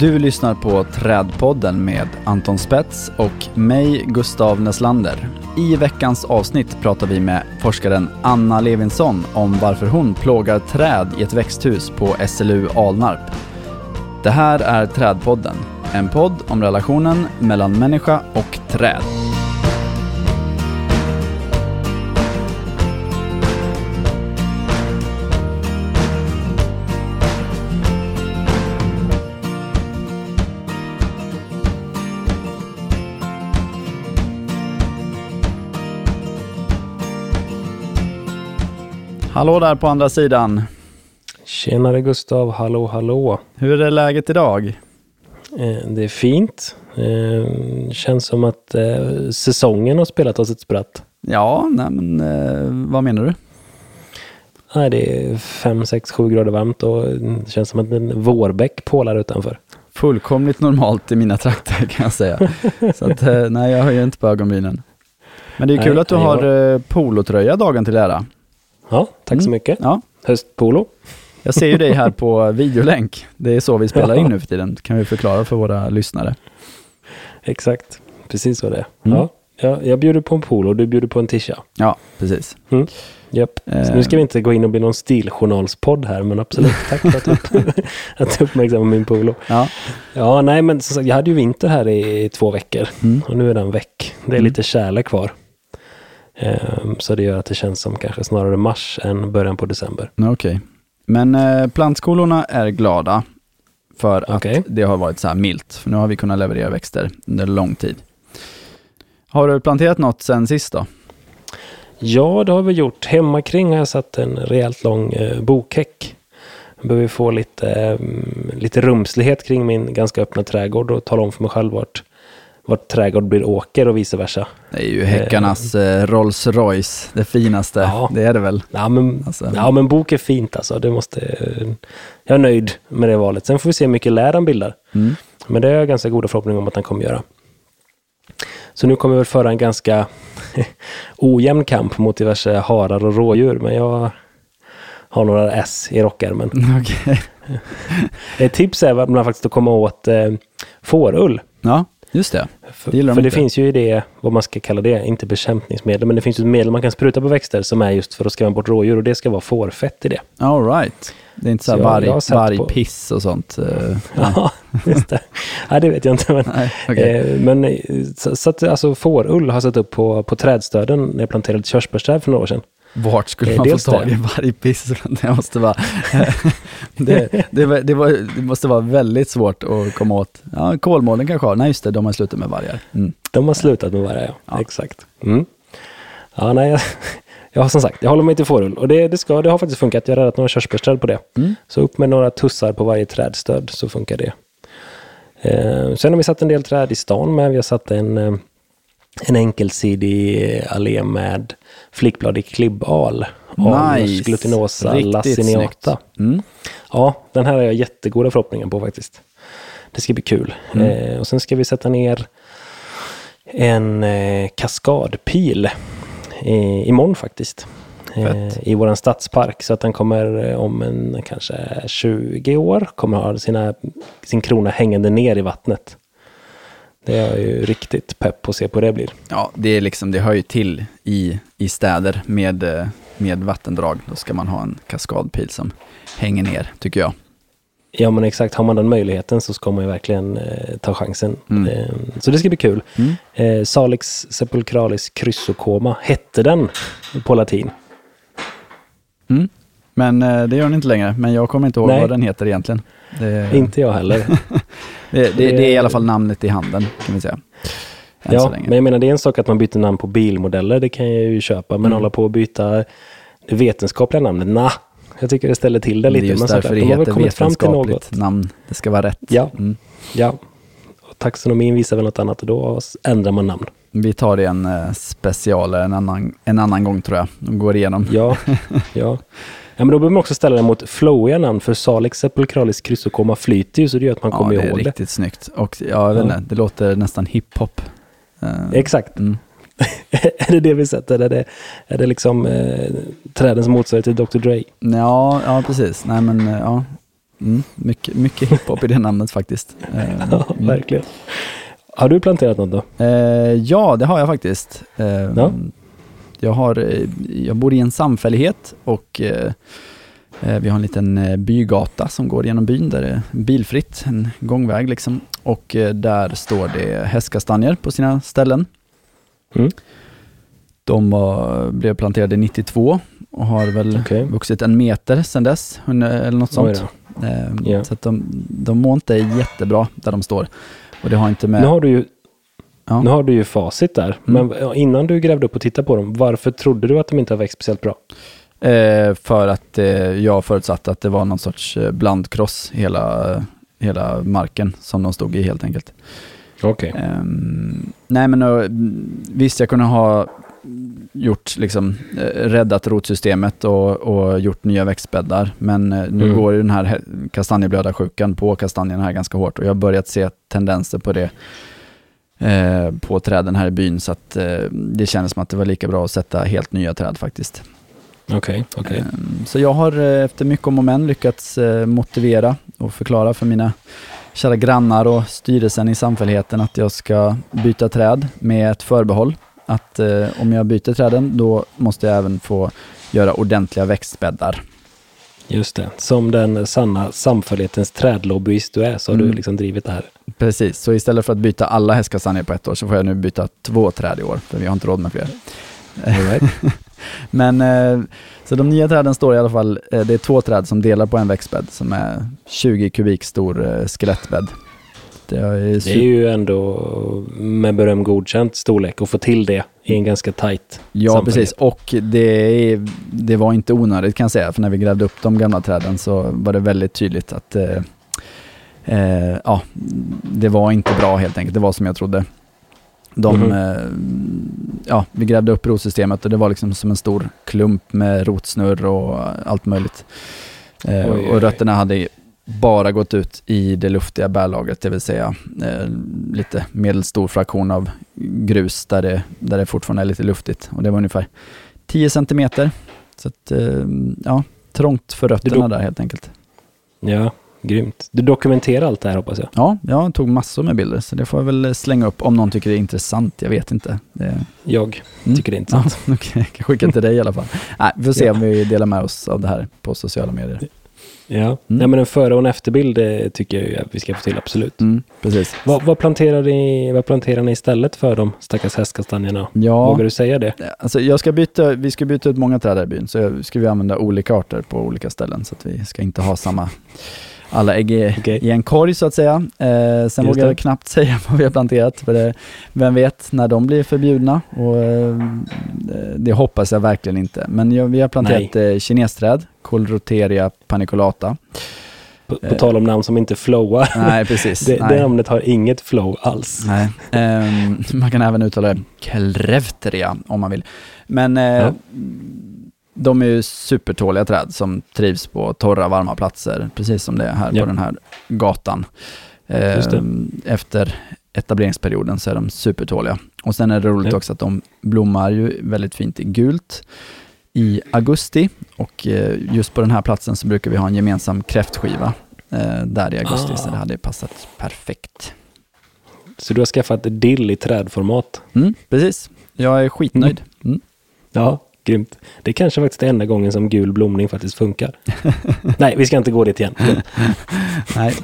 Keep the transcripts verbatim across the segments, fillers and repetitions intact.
Du lyssnar på Trädpodden med Anton Spets och mig, Gustav Näslander. I veckans avsnitt pratar vi med forskaren Anna Levinsson om varför hon plågar träd i ett växthus på S L U Alnarp. Det här är Trädpodden, en podd om relationen mellan människa och träd. Hallå där på andra sidan. Tjenare Gustav, hallå hallå. Hur är läget idag? Eh, det är fint. Eh, känns som att eh, säsongen har spelat oss ett spratt. Ja, nej men eh, vad menar du? Nej, det är fem, sex, sju grader varmt och det känns som att en vårbäck pålar utanför. Fullkomligt normalt i mina trakter kan jag säga. Så att, eh, nej, jag höjer inte på ögonbrynen. Men det är kul nej, att du har jag... eh, polotröja dagen till ära. Ja, tack mm. så mycket. Ja. Höstpolo. Jag ser ju dig här på videolänk. Det är så vi spelar in nu för tiden. Kan vi förklara för våra lyssnare? Exakt, precis så det är. Mm. Ja, jag, jag bjuder på en polo och du bjuder på en tisha. Ja, precis. Mm. Yep. Eh. Så nu ska vi inte gå in och bli någon stiljournalspodd här, men absolut, tack för att du, att du uppmärksammar min polo. Ja, ja nej men som sagt, jag hade ju vinter här i, i två veckor mm. och nu är den väck. Det är mm. lite kärlek kvar. Um, så det gör att det känns som kanske snarare mars än början på december. Okej. Okay. Men eh, plantskolorna är glada för att okay. det har varit så här milt. För nu har vi kunnat leverera växter under lång tid. Har du planterat något sen sist då? Ja, det har vi gjort. Hemma kring har jag satt en rejält lång eh, bokhäck. Jag behöver få lite, eh, lite rumslighet kring min ganska öppna trädgård och tala om för mig själv vart vart trädgård blir åker och vice versa. Det är ju häckarnas eh, Rolls Royce, det finaste. Ja. Det är det väl? Ja men, alltså. ja, men bok är fint alltså. Det måste, jag är nöjd med det valet. Sen får vi se hur mycket lär han bildar. Mm. Men det är jag ganska goda förhoppningar om att han kommer göra. Så nu kommer vi väl föra en ganska ojämn kamp mot diverse harar och rådjur. Men jag har några S i rockärmen. Okay. Ett tips är att man faktiskt att komma åt eh, fårull. Ja. Just det. För det, för det finns ju i det, vad man ska kalla det, inte bekämpningsmedel, men det finns ju ett medel man kan spruta på växter som är just för att skrämma bort rådjur och det ska vara fårfett i det. All right. Det är inte så, så varg, vargpiss och sånt. Uh, ja, just det. Nej, det vet jag inte. Men, nej, okay. eh, men så, så att alltså fårull har satt upp på, på trädstöden när jag planterade körsbärsträd för några år sedan. Vart skulle man få tag i vargpiss? Det måste vara det, det, var, det, var, det måste vara väldigt svårt att komma åt. Ja, kolmården kanske har. Nej just det, de har slutat med vargar. Mm. De har slutat med vargar, ja. ja. Exakt. Mm. Ja, nej, jag, jag har som sagt, jag håller mig till fårull. Och det, det, ska, det har faktiskt funkat. Jag har räddat några körsbärsträd på det. Mm. Så upp med några tussar på varje trädstöd så funkar det. Eh, sen har vi satt en del träd i stan med. Vi har satt en... Eh, En enkelsidig allé med flickblad i klibbal. Nice. Glutinosa laciniata. Mm. Ja, den här har jag jättegoda förhoppningar på faktiskt. Det ska bli kul. Mm. Eh, och sen ska vi sätta ner en eh, kaskadpil eh, imorgon faktiskt. Eh, I våran stadspark. Så att den kommer eh, om en kanske tjugo år kommer ha sina, sin krona hängande ner i vattnet. Det är ju riktigt pepp på att se på det blir. Ja, det är liksom, det hör ju till i, i städer med, med vattendrag. Då ska man ha en kaskadpil som hänger ner, tycker jag. Ja, men exakt. Har man den möjligheten så ska man ju verkligen eh, ta chansen. Mm. Eh, så det ska bli kul. Mm. Eh, Salix sepulcralis chrysocoma hette den på latin. Mm. Men eh, det gör den inte längre. Men jag kommer inte ihåg Nej. vad den heter egentligen. Det... Inte jag heller. det, det, det är i alla fall namnet i handen, kan vi säga. Än ja, men jag menar det är en sak att man byter namn på bilmodeller, det kan jag ju köpa. Men mm. hålla på att byta det vetenskapliga namnet, nah, jag tycker det ställer till det lite. Det är just men därför det de heter vetenskapligt namn. Det ska vara rätt. Ja, mm. ja. Och taxonomin visar väl något annat och då ändrar man namn. Vi tar det en uh, special en annan, en annan gång tror jag. De går igenom. Ja, ja. Ja, men då behöver man också ställa det mot flowiga namn, för Salix sepulcralis chrysocoma flyter ju, så det gör att man ja, kommer ihåg det. Ja, det är riktigt snyggt. Och ja, jag vet inte, det låter nästan hiphop. Uh, Exakt. Mm. Är det det vi sätter? Är det, är det liksom eh, trädens motsvarighet till doktor Dre? Ja, ja, precis. Nej, men ja. Mm, mycket, mycket hiphop i det namnet faktiskt. Ja, verkligen. Har du planterat något då? Eh, ja, det har jag faktiskt. Eh, ja. Jag, har, jag bor i en samfällighet och eh, vi har en liten bygata som går genom byn där det är bilfritt, en gångväg liksom. Och eh, där står det hästkastanjer på sina ställen. Mm. De var, blev planterade nittiotvå och har väl okay. vuxit en meter sedan dess, eller något sånt. Eh, yeah. Så att de, de mår inte jättebra där de står. Och det har inte med... Nu har du ju, ja. nu har du ju facit där. Mm. Men innan du grävde upp och tittade på dem, varför trodde du att de inte har växt speciellt bra? Eh, för att eh, jag förutsatte att det var någon sorts blandkross hela, hela marken som de stod i helt enkelt. Okej. Okay. Eh, nej men uh, visst jag kunde ha gjort liksom eh, räddat rotsystemet och, och gjort nya växtbäddar, men eh, nu mm. går ju den här kastanjeblödarsjukan på kastanjerna här ganska hårt och jag har börjat se tendenser på det eh, på träden här i byn, så att eh, det kändes som att det var lika bra att sätta helt nya träd faktiskt. Okej, okay, okej. Okay. Så jag har efter mycket om och men lyckats motivera och förklara för mina kära grannar och styrelsen i samfälligheten att jag ska byta träd med ett förbehåll. Att eh, om jag byter träden då måste jag även få göra ordentliga växtbäddar. Just det. Som den sanna samfällighetens trädlobbyist du är så har mm. du liksom drivit det här. Precis. Så istället för att byta alla hästkastanjer på ett år så får jag nu byta två träd i år för vi har inte råd med fler. Right. Men eh, så de nya träden står i alla fall, eh, det är två träd som delar på en växtbädd som är tjugo kubik stor eh, skelettbädd. Det är, super... det är ju ändå med beröm godkänt storlek och få till det i en ganska tajt Ja, samfällighet. Precis. Och det, är, det var inte onödigt kan jag säga, för när vi grävde upp de gamla träden så var det väldigt tydligt att eh, eh, ja, det var inte bra helt enkelt. Det var som jag trodde. De, mm-hmm. eh, ja, vi grävde upp rotsystemet och det var liksom som en stor klump med rotsnurr och allt möjligt. Eh, oj, oj, oj. Och rötterna hade bara gått ut i det luftiga bärlagret, det vill säga eh, lite medelstor fraktion av grus där det, där det fortfarande är lite luftigt. Och det var ungefär tio centimeter. Så att, eh, ja, trångt för rötterna do- där helt enkelt. Ja, grymt. Du dokumenterar allt det här hoppas jag. Ja, jag tog massor med bilder så det får jag väl slänga upp om någon tycker det är intressant. Jag vet inte. Det... Jag mm. tycker det är intressant. Ja, okej, okay. Jag kan skicka till dig i alla fall. Nej, vi får se ja. om vi delar med oss av det här på sociala medier. Ja, mm. Nej, men en före- och en efterbild tycker jag att vi ska få till, absolut. Mm, precis. Vad, vad, planterar ni, vad planterar ni istället för de stackars hästkastanjerna? Ja, vågar du säga det? Alltså jag ska byta, vi ska byta ut många träd i byn, så ska vi använda olika arter på olika ställen så att vi ska inte ha samma alla ägg i, okay. i en korg så att säga. Eh, sen vågar jag knappt säga vad vi har planterat, för det, vem vet när de blir förbjudna, och eh, det hoppas jag verkligen inte. Men jag, vi har planterat eh, kinesträd, Kohlroteria paniculata. På, på eh, tal om namn som inte flowar. Nej, precis. det, nej. det namnet har inget flow alls. Nej. Eh, man kan även uttala Klevteria om man vill. Men eh, ja. de är ju supertåliga träd som trivs på torra, varma platser, precis som det är här ja. på den här gatan. Eh, efter etableringsperioden så är de supertåliga. Och sen är det roligt ja. också att de blommar ju väldigt fint i gult i augusti. Och eh, just på den här platsen så brukar vi ha en gemensam kräftskiva eh, där i augusti, ah. så det hade passat perfekt. Så du har skaffat dill i trädformat? Mm, precis. Jag är skitnöjd. Mm. Ja. Grymt. Det är kanske faktiskt enda gången som gul blomning faktiskt funkar. Nej, vi ska inte gå dit igen. Nej.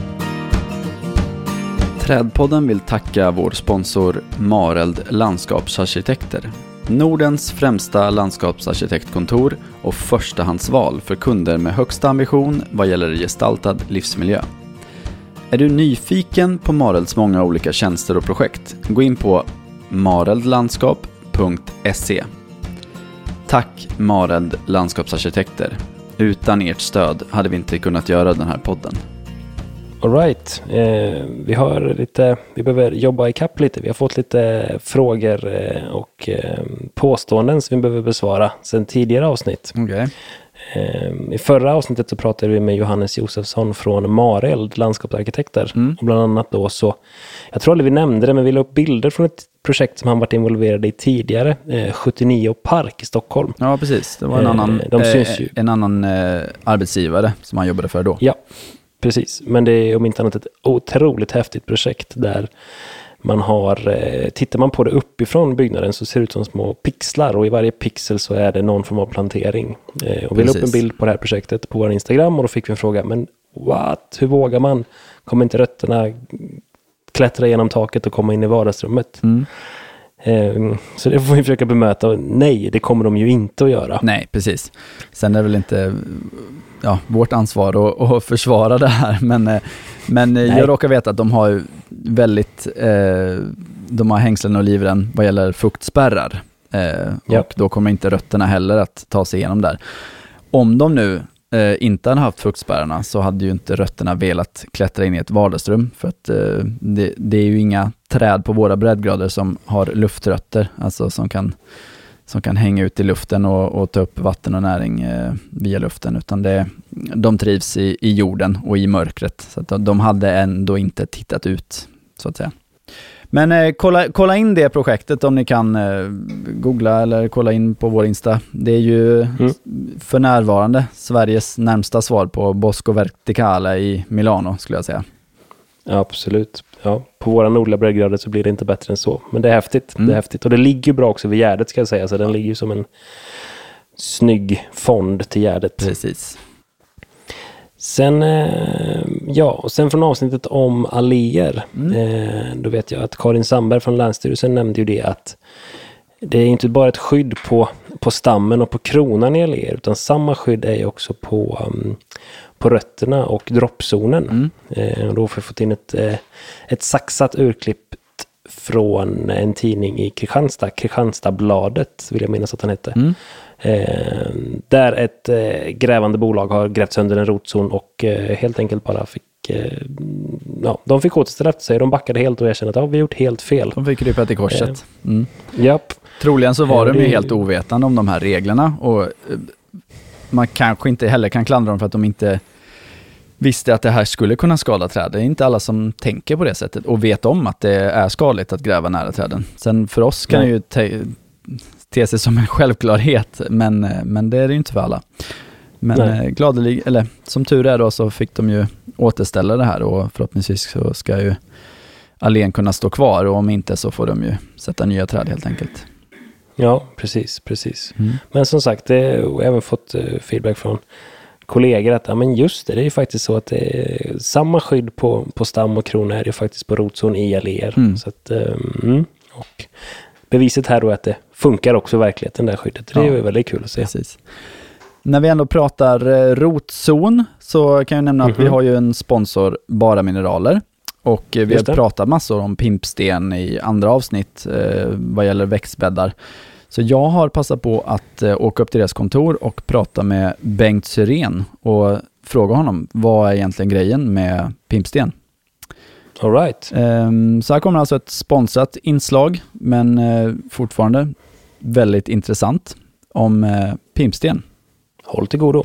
Trädpodden vill tacka vår sponsor Mareld Landskapsarkitekter. Nordens främsta landskapsarkitektkontor och förstahandsval för kunder med högsta ambition vad gäller gestaltad livsmiljö. Är du nyfiken på Marelds många olika tjänster och projekt? Gå in på mareldlandskap punkt se. Tack Mareld Landskapsarkitekter. Utan ert stöd hade vi inte kunnat göra den här podden. All right. Eh, vi har lite, vi behöver jobba i kapp lite. Vi har fått lite frågor eh, och eh, påståenden som vi behöver besvara sedan tidigare avsnitt. Okay. Eh, I förra avsnittet så pratade vi med Johannes Josefsson från Mareld Landskapsarkitekter. Mm. Och bland annat då så, jag tror aldrig vi nämnde det, men vi la upp bilder från ett projekt som han varit involverad i tidigare, eh, sjuttionio Park i Stockholm. Ja, precis. Det var en annan, eh, de syns ju. en annan eh, arbetsgivare som han jobbade för då. Ja, precis. Men det är om inte annat ett otroligt häftigt projekt där man har, eh, tittar man på det uppifrån byggnaden så ser det ut som små pixlar och i varje pixel så är det någon form av plantering. Eh, och vi la upp en bild på det här projektet på vår Instagram och då fick vi en fråga, men what? Hur vågar man? Kommer inte rötterna klättra genom taket och komma in i vardagsrummet? Mm. Eh, så det får vi försöka bemöta. Nej, det kommer de ju inte att göra. Nej, precis. Sen är det väl inte ja, vårt ansvar att, att försvara det här. Men, men jag råkar veta att de har väldigt eh, de har hängslen och livrem vad gäller fuktspärrar. Eh, ja. Och då kommer inte rötterna heller att ta sig igenom där. Om de nu eh, inte hade haft fuktspärrarna så hade ju inte rötterna velat klättra in i ett vardagsrum. För att eh, det, det är ju inga träd på våra breddgrader som har luftrötter. Alltså som kan, som kan hänga ut i luften och, och ta upp vatten och näring eh, via luften. Utan det, de trivs i, i jorden och i mörkret. Så att de, de hade ändå inte tittat ut, så att säga. Men eh, kolla, kolla in det projektet om ni kan eh, googla eller kolla in på vår Insta. Det är ju mm. för närvarande Sveriges närmsta svar på Bosco Verticale i Milano, skulle jag säga. Ja, absolut. Ja, på våra nordliga breddgrader så blir det inte bättre än så. Men det är häftigt. Mm. Det är häftigt. Och det ligger bra också vid Gärdet, ska jag säga. Så den ligger ju som en snygg fond till Gärdet. Precis. Sen, eh, ja, och sen från avsnittet om alléer, mm. eh, då vet jag att Karin Sandberg från Länsstyrelsen nämnde ju det att det är inte bara ett skydd på, på stammen och på kronan i alléer, utan samma skydd är ju också på, um, på rötterna och droppzonen. Mm. Eh, och då får vi fått in ett, eh, ett saxat urklipp från en tidning i Kristianstad, Kristianstadsbladet vill jag minnas att han hette. Mm. Eh, där ett eh, grävande bolag har grävt sönder en rotzon och eh, helt enkelt bara fick eh, ja, de fick återställa efter sig. De backade helt och erkände att ja, vi har gjort helt fel. De fick krypa till korset. Mm. Eh, japp. Troligen så var eh, de ju helt ovetande om de här reglerna och eh, man kanske inte heller kan klandra dem för att de inte visste att det här skulle kunna skada träd. Det är inte alla som tänker på det sättet och vet om att det är skadligt att gräva nära träden. Sen för oss kan det ju te- te sig som en självklarhet, men, men det är det ju inte för alla. Men gladelig, eller som tur är då så fick de ju återställa det här och förhoppningsvis så ska ju allén kunna stå kvar och om inte så får de ju sätta nya träd helt enkelt. Ja, precis, precis. Mm. Men som sagt, det har jag även fått feedback från kollegor att ja, men just det, det är ju faktiskt så att det är samma skydd på, på stam och krona är det faktiskt på rotzon i alléer. Mm. Så att, um, och beviset här då är att det funkar också i verkligheten, det här skyddet. Det är ja, ju väldigt kul att se. Precis. När vi ändå pratar eh, rotzon så kan jag nämna mm-hmm. att vi har ju en sponsor, Bara Mineraler. Och eh, vi har pratat massor om pimpsten i andra avsnitt eh, vad gäller växtbäddar. Så jag har passat på att eh, åka upp till deras kontor och prata med Bengt Syrén och fråga honom vad är egentligen grejen med pimpsten. All right. Um, så här kommer alltså ett sponsrat inslag men uh, fortfarande väldigt intressant om uh, pimpsten. Håll till godo.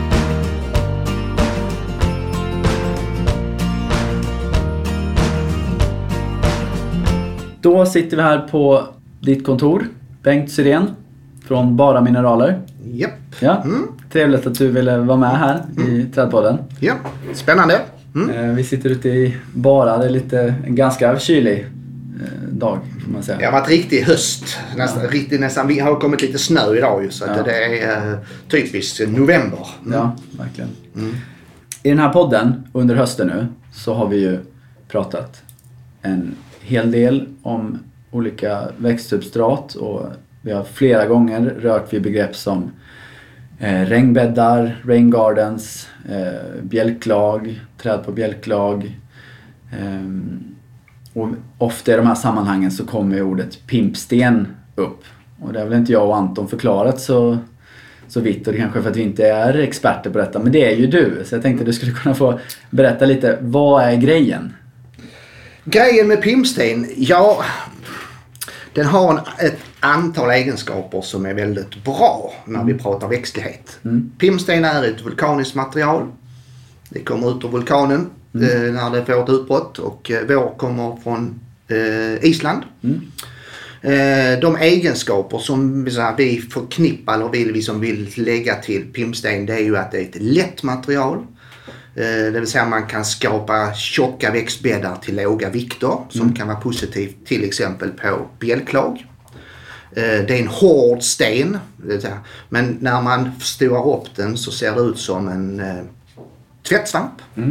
Då sitter vi här på ditt kontor, Bengt Syrén från Bara Mineraler. Japp. Ja, mm. Trevligt att du ville vara med här mm. i Trädpodden. Ja, spännande. Mm. Vi sitter ute i Bara, det är lite en ganska kylig dag kan man säga. Det har varit riktig höst. Nästan, ja. riktigt, nästan, vi har kommit lite snö idag ju, så att ja. det är uh, typiskt november. Mm. Ja, verkligen. Mm. I den här podden under hösten nu så har vi ju pratat en hel del om olika växtsubstrat och vi har flera gånger rört vid begrepp som eh, regnbäddar, rain gardens, eh, bjälklag, träd på bjälklag. Eh, och ofta i de här sammanhangen så kommer ordet pimpsten upp. Och det har väl inte jag och Anton förklarat så, så vitt, och det kanske för att vi inte är experter på detta, men det är ju du. Så jag tänkte att du skulle kunna få berätta lite, vad är grejen? Grejen med pimpsten, ja, den har en, ett antal egenskaper som är väldigt bra när vi pratar växtlighet. Mm. Pimpsten är ett vulkaniskt material. Det kommer ut ur vulkanen mm. eh, när det får ett utbrott, och eh, vår kommer från eh, Island. Mm. De egenskaper som vi förknippar eller vill, vi som vill lägga till pimpsten, det är ju att det är ett lätt material. Det vill säga man kan skapa tjocka växtbäddar till låga vikter som mm. kan vara positivt till exempel på bjälklag. Det är en hård sten, men när man förstorar upp den så ser det ut som en tvättsvamp. Mm.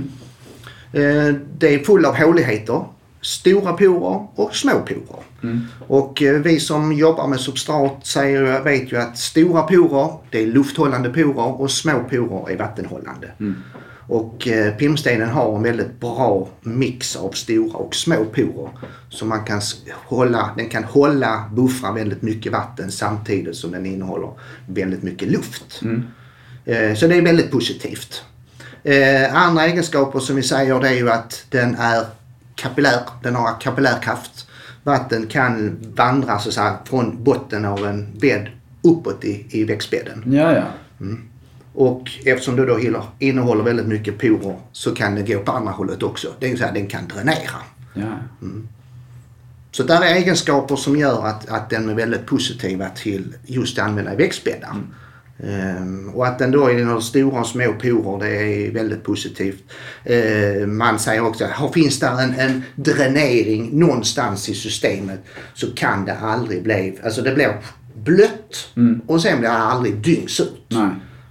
Det är full av håligheter. Stora porer och små porer. Mm. Och vi som jobbar med substrat säger, vet ju att stora porer, det är lufthållande porer och små porer är vattenhållande. Mm. Och eh, pimpstenen har en väldigt bra mix av stora och små porer. Så man kan hålla, den kan hålla, buffra väldigt mycket vatten samtidigt som den innehåller väldigt mycket luft. Mm. Eh, så det är väldigt positivt. Eh, andra egenskaper som vi säger, det är ju att den är kapillär, den har kapillärkraft. Vatten kan vandra så att säga, från botten av en bädd uppåt i, i växtbädden. Ja, ja. Mm. Och eftersom det då innehåller väldigt mycket porer så kan det gå på andra hållet också. Det är så här, den kan dränera. Ja. Mm. Så där är egenskaper som gör att, att den är väldigt positiva till just att använda i växtbäddar. Mm. Um, och att den då innehåller stora och små porer, det är väldigt positivt. Uh, man säger också att finns där en, en dränering någonstans i systemet så kan det aldrig bli, alltså det blir blött mm. och sen blir det aldrig dyngs ut. Nej.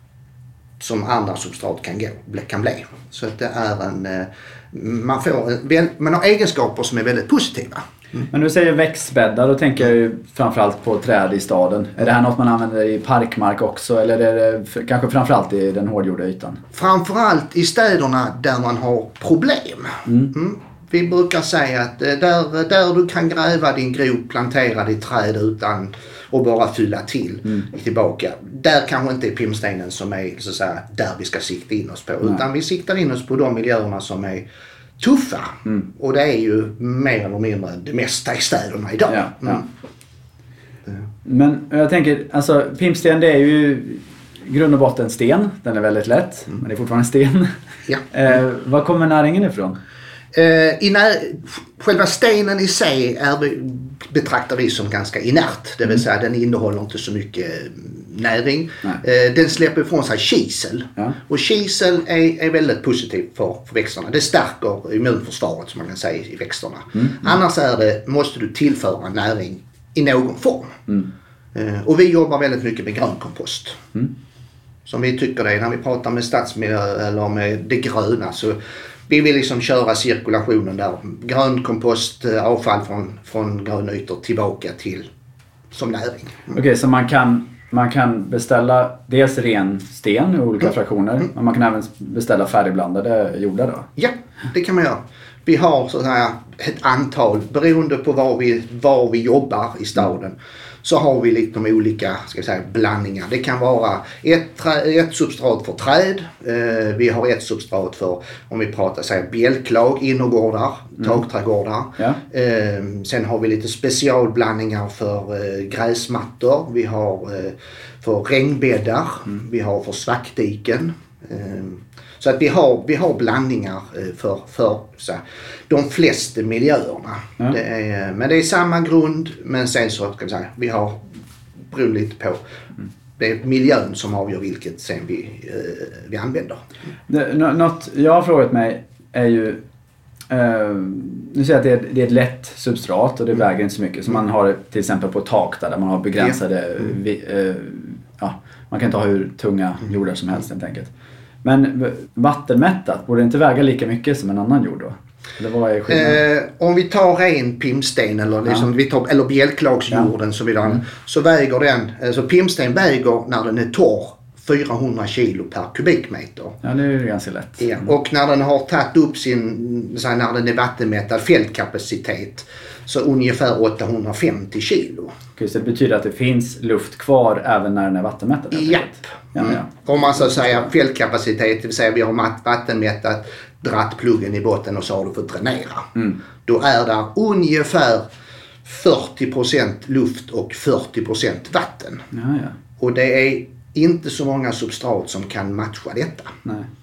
Som andra substrat kan, gå, kan bli. Så att det är en, man, får, man har egenskaper som är väldigt positiva. Mm. Men du säger växtbäddar, då tänker jag ju framförallt på träd i staden. Är det här något man använder i parkmark också, eller är det kanske framförallt i den hårdgjorda ytan? Framförallt i städerna där man har problem. Mm. Mm. Vi brukar säga att där, där du kan gräva din grop, plantera ditt träd utan och bara fylla till mm. tillbaka. Där kanske inte är pimpstenen som är så att säga, där vi ska sikta in oss på. Nej. Utan vi siktar in oss på de miljöerna som är tuffa. Mm. Och det är ju mer eller mindre det mesta i städerna idag. Ja, ja. Mm. Men jag tänker, alltså pimpsten, det är ju grund och botten sten. Den är väldigt lätt, mm. men det är fortfarande sten. Ja. eh, var kommer näringen ifrån? Uh, i när, själva stenen i sig är, betraktar vi som ganska inert. Det vill säga den innehåller inte så mycket näring. Uh, den släpper ifrån sig kisel. Ja. Och kisel är, är väldigt positivt för, för växterna. Det stärker immunförsvaret som man kan säga i växterna. Mm. Mm. Annars är det, måste du tillföra näring i någon form. Mm. Uh, och vi jobbar väldigt mycket med grönkompost. Mm. Som vi tycker det är när vi pratar med stadsmiljö eller med det gröna, så vi vill liksom köra cirkulationen där. Grönkompost, avfall från, från grönytor tillbaka till som näring. Mm. Okej, okay, så man kan, man kan beställa dels ren sten i olika mm. fraktioner. Mm. Men man kan även beställa färdigblandade jordar då? Ja, det kan man göra. Vi har så här ett antal, beroende på var vi, var vi jobbar i staden. Mm. Så har vi lite de olika ska jag säga, blandningar. Det kan vara ett, trä, ett substrat för träd. Eh, vi har ett substrat för, om vi pratar så här, bjälklag, innergårdar, mm. tagträdgårdar. Ja. Eh, sen har vi lite specialblandningar för eh, gräsmattor. Vi har eh, för regnbäddar. Mm. Vi har för svackdiken. Eh, Så att vi har, vi har blandningar för, för så här, de flesta miljöerna. Ja. Det är, men det är samma grund, men sen så kan vi säga, vi har beror lite på. Mm. Det är miljön som avgör vilket sen vi, eh, vi använder. Det, något jag har frågat mig är ju, eh, nu säger jag att det är, det är ett lätt substrat och det mm. väger inte så mycket. Så mm. man har till exempel på tak där, där man har begränsade, mm. vi, eh, ja, man kan inte ha hur tunga mm. jordar som helst helt enkelt. Men vattenmättat, borde det inte väga lika mycket som en annan jord då? Eller vad är skillnaden? Eh, om vi tar ren pimpsten eller, liksom, ja. vi tar, eller bjälklagsjorden ja. så, vidare, mm. så väger den, alltså pimpsten väger när den är torr fyrahundra kilo per kubikmeter. Ja, det är ju ganska lätt. Ja. Mm. Och när den har tagit upp sin, så här, när den är vattenmättad fältkapacitet, så ungefär åttahundrafemtio kilo. Okej, så det betyder att det finns luft kvar även när den är vattenmättad? Japp. Ja, mm. ja. Om man så säger fältkapacitet, det vill säga vi har vattenmättat, dratt pluggen i botten och så har du fått dränera. Mm. Då är det ungefär fyrtio procent luft och fyrtio procent vatten. Ja, ja. Och det är inte så många substrat som kan matcha detta. Nej.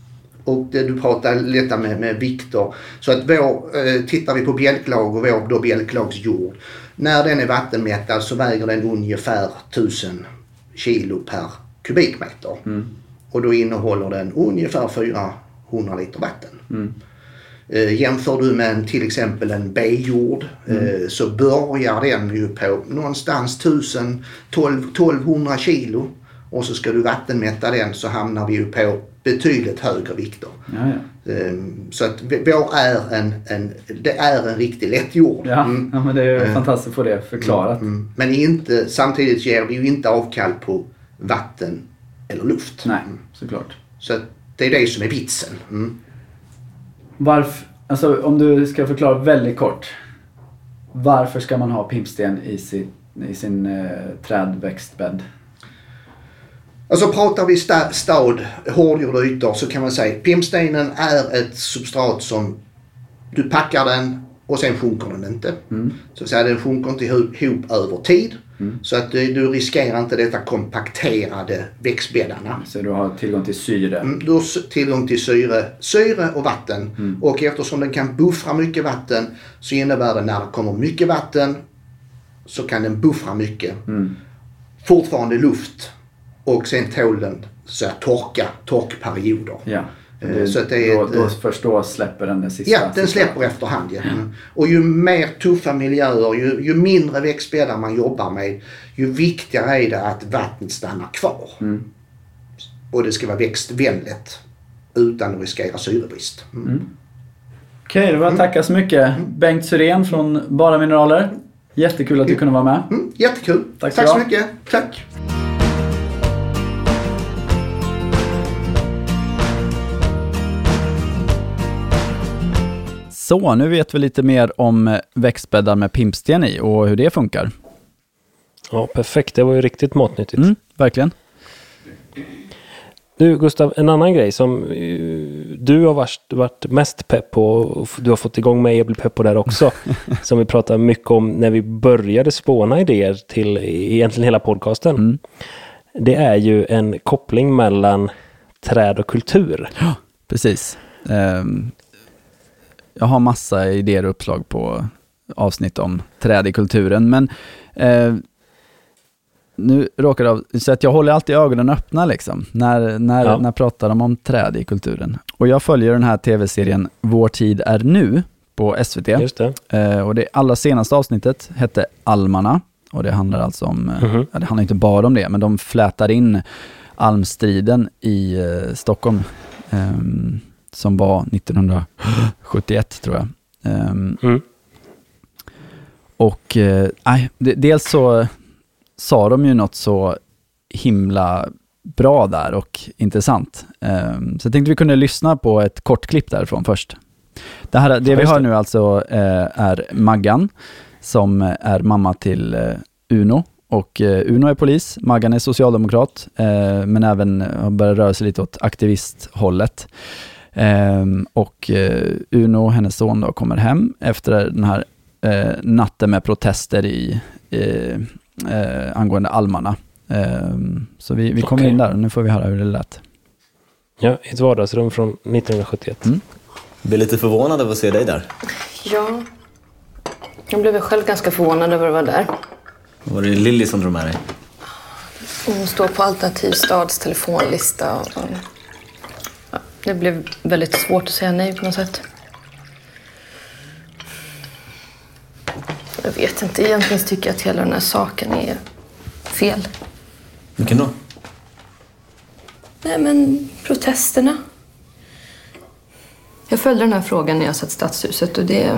Och det, du pratar lite med, med vikter. Så att vår, eh, tittar vi på bjälklag och vår då bjälklagsjord. När den är vattenmättad så väger den ungefär tusen kilo per kubikmeter. Mm. Och då innehåller den ungefär fyrahundra liter vatten. Mm. Eh, jämför du med en, till exempel en B-jord mm. eh, så börjar den ju på någonstans tusen till tolvhundra kilo. Och så ska du vattenmätta den så hamnar vi ju på betydligt högre vikter. Ja, ja. Um, så att vår är en, en, det är en riktig lätt jord. Ja, mm. ja men det är ju uh, fantastiskt att få det förklarat. Mm, mm. Men inte, samtidigt ger vi ju inte avkall på vatten eller luft. Nej, såklart. Så att det är det som är vitsen. Mm. Varför, alltså om du ska förklara väldigt kort. Varför ska man ha pimpsten i sin, i sin eh, trädväxtbädd? Alltså pratar vi sta- stad, hårdgjorda ytor så kan man säga pimpstenen är ett substrat som du packar den och sen sjunker den inte. Mm. Så att säga, den sjunker inte ihop över tid. Mm. Så att du, du riskerar inte detta kompakterade växtbäddarna. Så du har tillgång till syre? Mm, du har tillgång till syre, syre och vatten. Mm. Och eftersom den kan buffra mycket vatten så innebär det när det kommer mycket vatten så kan den buffra mycket. Mm. Fortfarande luft. Och sen tål den så här, torka, torkperioder. Ja. Det, så att det är då, ett, då först då släpper den det sista. Ja, den släpper efterhand. Ja. Mm. Och ju mer tuffa miljöer, ju, ju mindre växtbäddar man jobbar med, ju viktigare är det att vattnet stannar kvar. Mm. Och det ska vara växtvänligt utan att riskera syrebrist. Mm. Mm. Okej, då vill jag tacka så mycket. Mm. Bengt Syrén från Bara Mineraler. Jättekul att du kunde vara med. Mm. Jättekul. Tack så, Tack så mycket. Tack. Så, nu vet vi lite mer om växtbäddar med pimpsten i och hur det funkar. Ja, perfekt. Det var ju riktigt matnyttigt. Mm, verkligen. Du, Gustav, en annan grej som uh, du har varit, varit mest pepp på och du har fått igång mig och bli pepp på där också. Som vi pratade mycket om när vi började spåna idéer till egentligen hela podcasten. Mm. Det är ju en koppling mellan träd och kultur. Ja, precis. Um... Jag har massa idéer och uppslag på avsnitt om träd i kulturen. Men eh, nu råkar det av, så att jag håller alltid ögonen öppna liksom, när, när, ja. när pratar de om träd i kulturen. Och jag följer den här tv-serien Vår tid är nu på S V T. Just det. Eh, och det allra senaste avsnittet hette Almarna. Och det handlar alltså om, mm-hmm. ja, det handlar inte bara om det, men de flätar in almstriden i eh, Stockholm. Eh, som var nittonhundrasjuttioett tror jag. Um, mm. Och eh, d- dels så sa de ju något så himla bra där och intressant. Um, så jag tänkte vi kunde lyssna på ett kort klipp därifrån först. Det, här, det vi har nu alltså eh, är Maggan som är mamma till eh, Uno. Och eh, Uno är polis, Maggan är socialdemokrat eh, men även har börjat röra sig lite åt aktivisthållet. Um, och uh, Uno, hennes son då, kommer hem efter den här uh, natten med protester i uh, uh, angående almarna. Um, så vi, vi kommer okay. in där och nu får vi höra hur det lät. Ja, ett vardagsrum från nittonhundrasjuttioett. Mm. Jag blir lite förvånad över att se dig där. Ja, jag blev själv ganska förvånad över att vara där. Var det Lilly som drog med dig? Hon står på Alternativ stads telefonlista och... och... Det blev väldigt svårt att säga nej på något sätt. Jag vet inte, egentligen tycker jag att hela den här saken är fel. Vilken då? Nej men, protesterna. Jag följde den här frågan när jag satt i Stadshuset och det är...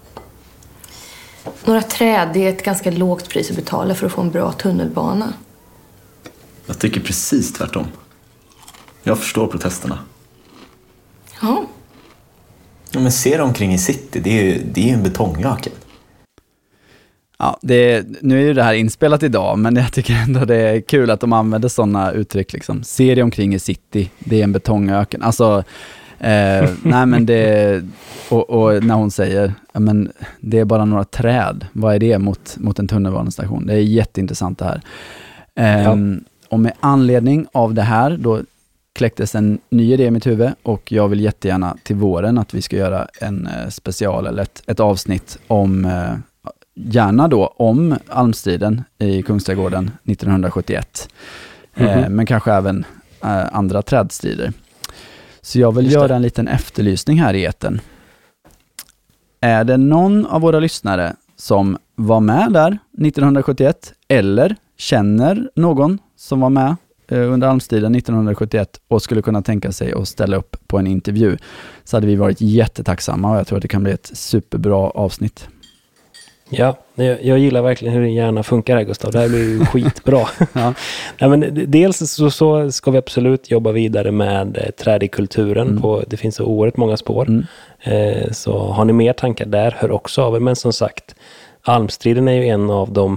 Några träd, det är ett ganska lågt pris att betala för att få en bra tunnelbana. Jag tycker precis tvärtom. Jag förstår protesterna. Ja. Ja, men se dem omkring i city, det är ju, det är ju en betonglöken. Ja, det, nu är ju det här inspelat idag, men jag tycker ändå det är kul att de använder sådana uttryck liksom. Se dig omkring i city, det är en betongöken. Alltså, eh, nej men det, och, och när hon säger, ja men det är bara några träd, vad är det mot, mot en tunnelbanestation? Det är jätteintressant det här. Eh, ja. Och med anledning av det här, då kläcktes en ny idé i mitt huvud och jag vill jättegärna till våren att vi ska göra en eh, special eller ett, ett avsnitt om, eh, gärna då om almstriden i Kungsträdgården nittonhundrasjuttioett. Mm-hmm. Eh, men kanske även eh, andra trädstrider. Så jag vill göra en liten efterlysning här i etern. Är det någon av våra lyssnare som var med där nittonhundrasjuttioett eller känner någon som var med eh, under almstriden nittonhundrasjuttioett och skulle kunna tänka sig att ställa upp på en intervju, så hade vi varit jättetacksamma och jag tror att det kan bli ett superbra avsnitt. Ja, jag, jag gillar verkligen hur din hjärna funkar här, Gustav. Det här blir ju skitbra. Ja. Ja, men dels så, så ska vi absolut jobba vidare med eh, träd i kulturen. Mm. På, det finns så oerhört många spår. Mm. Eh, så har ni mer tankar där, hör också av er. Men som sagt, almstriden är ju en av de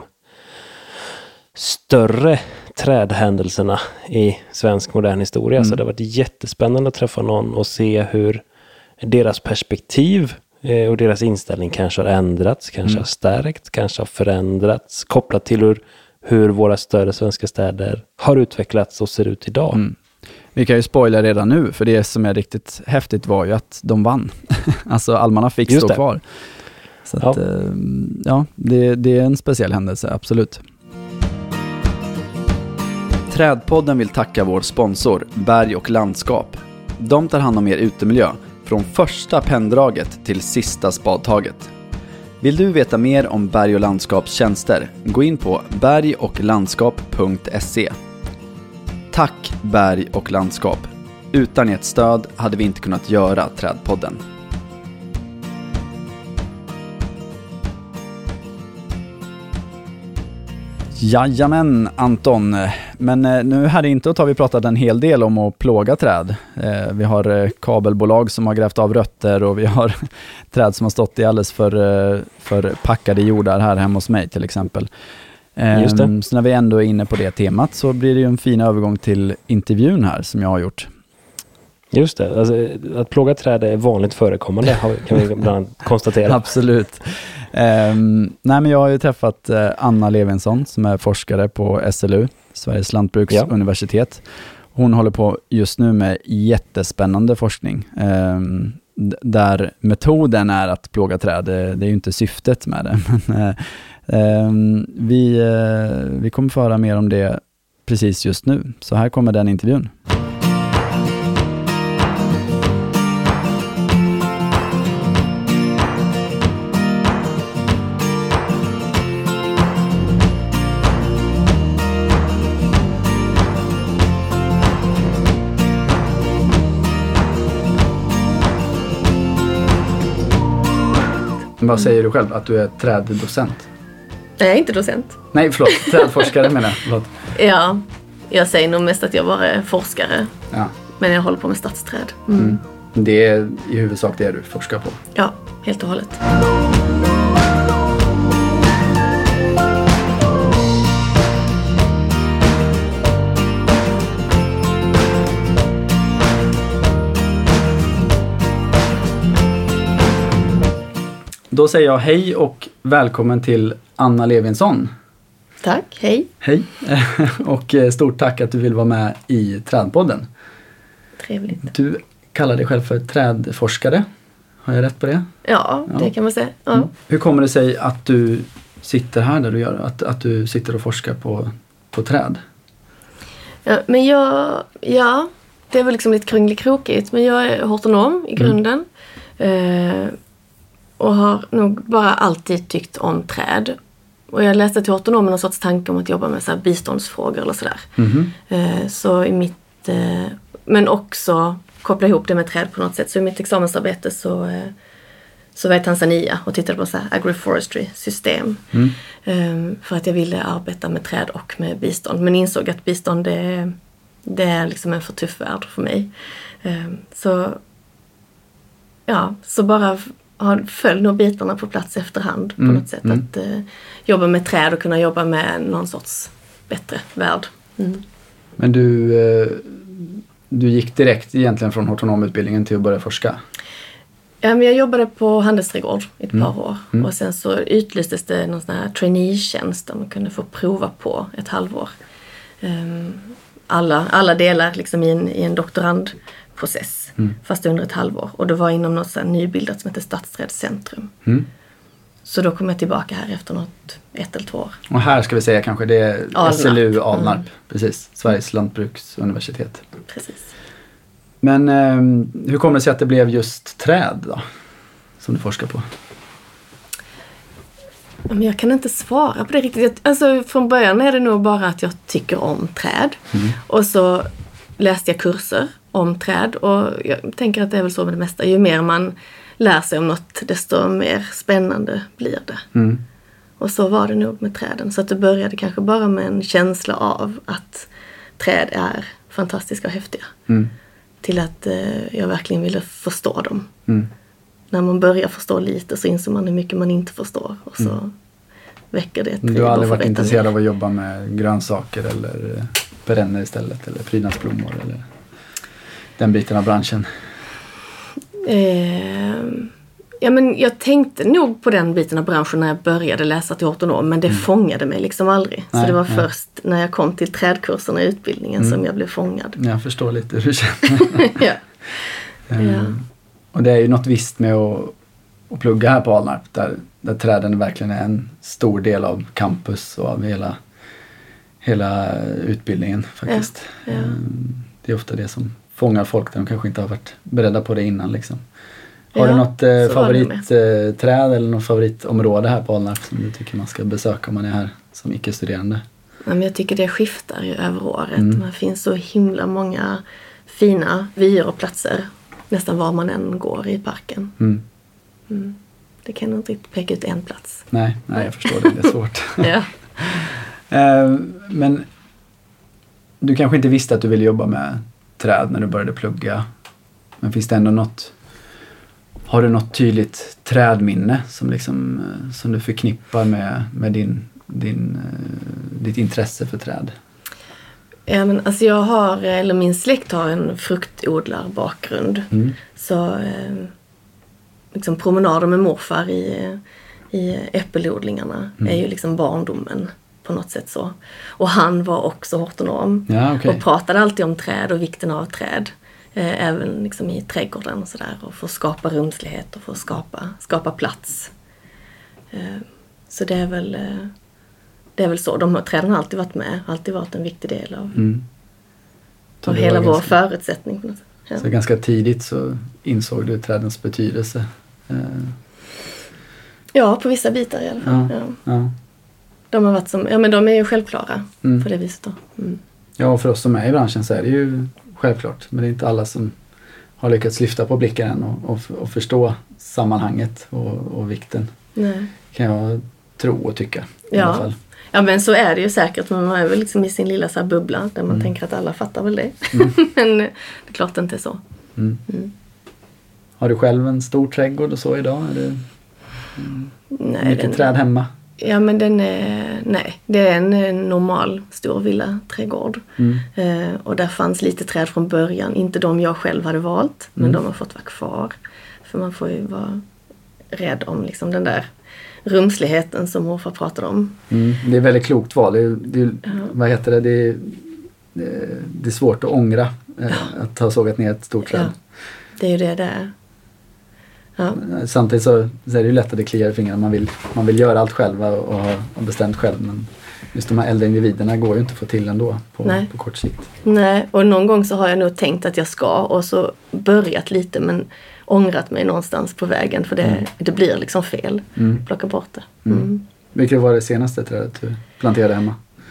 större trädhändelserna i svensk modern historia. Mm. Så det har varit jättespännande att träffa någon och se hur deras perspektiv och deras inställning kanske har ändrats, kanske mm. har stärkt, kanske har förändrats, kopplat till hur, hur våra större svenska städer har utvecklats och ser ut idag. Mm. Vi kan ju spoila redan nu, för det som är riktigt häftigt var ju att de vann. Alltså almarna fick Just stå det. kvar. Så att, ja, ja det, det är en speciell händelse, absolut. Trädpodden vill tacka vår sponsor, Berg och landskap. De tar hand om er utemiljö, från första penndraget till sista spadtaget. Vill du veta mer om Berg och landskaps tjänster? Gå in på berg och landskap punkt se. Tack Berg och landskap. Utan ert stöd hade vi inte kunnat göra Trädpodden. Jajamän Anton, men nu här inte har vi pratat en hel del om att plåga träd. Vi har kabelbolag som har grävt av rötter och vi har träd som har stått i alldeles för, för packade jordar här hemma hos mig till exempel. Just det. Så när vi ändå är inne på det temat så blir det ju en fin övergång till intervjun här som jag har gjort. Just det, alltså, att plåga träd är vanligt förekommande kan vi bland annat konstatera. Absolut. Um, nej, men jag har ju träffat uh, Anna Levinson som är forskare på S L U, Sveriges lantbruksuniversitet. Ja. Hon håller på just nu med jättespännande forskning um, d- där metoden är att plåga träd. Det, det är ju inte syftet med det. Men, uh, um, vi, uh, vi kommer få höra mer om det precis just nu. Så här kommer den intervjun. Vad säger du själv? Att du är träddocent? Jag är inte docent. Nej, förlåt. Trädforskare menar jag. Förlåt. Ja, jag säger nog mest att jag bara är forskare. Ja. Men jag håller på med stadsträd. Mm. Mm. Det är i huvudsak det du forskar på? Ja, helt och hållet. Då säger jag hej och välkommen till Anna Levinson. Tack, hej. Hej. Och stort tack att du vill vara med i Trädpodden. Trevligt. Du kallar dig själv för trädforskare. Har jag rätt på det? Ja, ja. Det kan man säga. Ja. Mm. Hur kommer det sig att du sitter här där du gör? Att, att du sitter och forskar på, på träd? Ja, men jag... Ja, det är väl liksom lite krångligt, men jag är hortonom i grunden. Mm. Eh, Och har nog bara alltid tyckt om träd. Och jag läste till hortonom med någon sorts tanke om att jobba med så här biståndsfrågor eller sådär. Mm-hmm. Eh, så i mitt... Eh, men också koppla ihop det med träd på något sätt. Så i mitt examensarbete så, eh, så var jag i Tanzania och tittade på så här agroforestry-system. Mm. Eh, för att jag ville arbeta med träd och med bistånd. Men insåg att bistånd det, det är liksom en för tuff värld för mig. Eh, så... Ja, så bara... har följt nog bitarna på plats efterhand på mm, något sätt. Mm. Att eh, jobba med träd och kunna jobba med någon sorts bättre värld. Mm. Men du, eh, du gick direkt egentligen från hortonomutbildningen till att börja forska? Ja, men jag jobbade på handelsträdgård i ett mm. par år. Mm. Och sen så utlystes det någon sån här trainee-tjänst där man kunde få prova på ett halvår. Um, alla, alla delar liksom i en, i en doktorandprocess. Mm. Fast under ett halvår. Och det var inom något så här nybildat som heter Stadsträdscentrum. Mm. Så då kom jag tillbaka här efter något ett eller två år. Och här ska vi säga kanske det är Alnarp. S L U Alnarp. Mm. Precis. Sveriges lantbruksuniversitet. Precis. Men eh, hur kommer det sig att det blev just träd då? Som du forskar på? Men jag kan inte svara på det riktigt. Alltså från början är det nog bara att jag tycker om träd. Mm. Och så läste jag kurser om träd. Och jag tänker att det är väl så med det mesta. Ju mer man lär sig om något, desto mer spännande blir det. Mm. Och så var det nog med träden. Så att det började kanske bara med en känsla av att träd är fantastiska och häftiga. Mm. Till att eh, jag verkligen ville förstå dem. Mm. När man börjar förstå lite så inser man hur mycket man inte förstår. Och så mm. väcker det ett Du har aldrig varit intresserad mer. Av att jobba med grönsaker eller perenner istället? Eller prydnadsblommor? Eller den biten av branschen? Eh, ja, men jag tänkte nog på den biten av branschen när jag började läsa till hortonom. Men det mm. fångade mig liksom aldrig. Nej, så det var nej. först när jag kom till trädkurserna i utbildningen mm. som jag blev fångad. Jag förstår lite hur du känner. ja. Um, ja. Och det är ju något visst med att, att plugga här på Alnarp. Där, där träden verkligen är en stor del av campus och av hela, hela utbildningen faktiskt. Ja. Ja. Um, det är ofta det som fångar folk där de kanske inte har varit beredda på det innan liksom. Har ja, du något eh, favoritträd eller något favoritområde här på Alnarp som du tycker man ska besöka om man är här som icke-studerande? Ja, men jag tycker det skiftar ju över året. Mm. Det finns så himla många fina vyer och platser nästan var man än går i parken. Mm. Mm. Det kan jag inte riktigt peka ut en plats. Nej, nej jag förstår det. Det är svårt. ja. eh, men du kanske inte visste att du ville jobba med träd när du började plugga. Men finns det ändå något... Har du något tydligt trädminne som, liksom, som du förknippar med, med din, din, ditt intresse för träd? Ja, men alltså jag har, eller min släkt har en fruktodlarbakgrund. Mm. Så eh, liksom promenader med morfar i, i äppelodlingarna mm. är ju liksom barndomen på något sätt så. Och han var också hortonom ja, okay. och pratade alltid om träd och vikten av träd. Eh, även liksom i trädgården och sådär. Och få skapa rumslighet och få skapa, skapa plats. Eh, så det är väl... Eh, Det är väl så. De här träden har alltid varit med. Alltid varit en viktig del av, mm. av hela vår ganska, förutsättning. På något sätt. Ja. Så ganska tidigt så insåg du trädens betydelse? Eh. Ja, på vissa bitar i alla fall. Ja, ja. Ja. De har varit som, ja men de är ju självklara mm. på det viset då. Mm. Ja, och för oss som är i branschen så är det ju självklart. Men det är inte alla som har lyckats lyfta på blicken än och, och, och förstå sammanhanget och, och vikten. Nej. Kan jag tro och tycka i ja. alla fall. Ja, men så är det ju säkert. Man är väl liksom i sin lilla så här bubbla där man mm. tänker att alla fattar väl det. Mm. Men det är klart det inte är så. Mm. Mm. Har du själv en stor trädgård och så idag? Är det mm, nej, mycket den, träd hemma? Ja, men den är, nej, det är en normal stor villaträdgård. Mm. Eh, och där fanns lite träd från början. Inte de jag själv hade valt, men mm. de har fått vara kvar. För man får ju vara rädd om liksom den där rumsligheten som morfar pratade om. Mm, det är väldigt klokt val. Det är, det är, ja. Vad heter det? Det är, det är svårt att ångra ja. att ha sågat ner ett stort träd. Ja. Det är ju det det är. Ja. Samtidigt så, så är det ju lätt att det kliar i fingrarna. Man vill, man vill göra allt själv och ha och bestämt själv. Men just de här äldre individerna går ju inte att få till ändå på, på kort sikt. Nej, och någon gång så har jag nog tänkt att jag ska och så börjat lite men ångrat mig någonstans på vägen för det, mm. det blir liksom fel. Mm. Plocka bort det. Mm. Mm. Vilket var det senaste trädet du planterade hemma?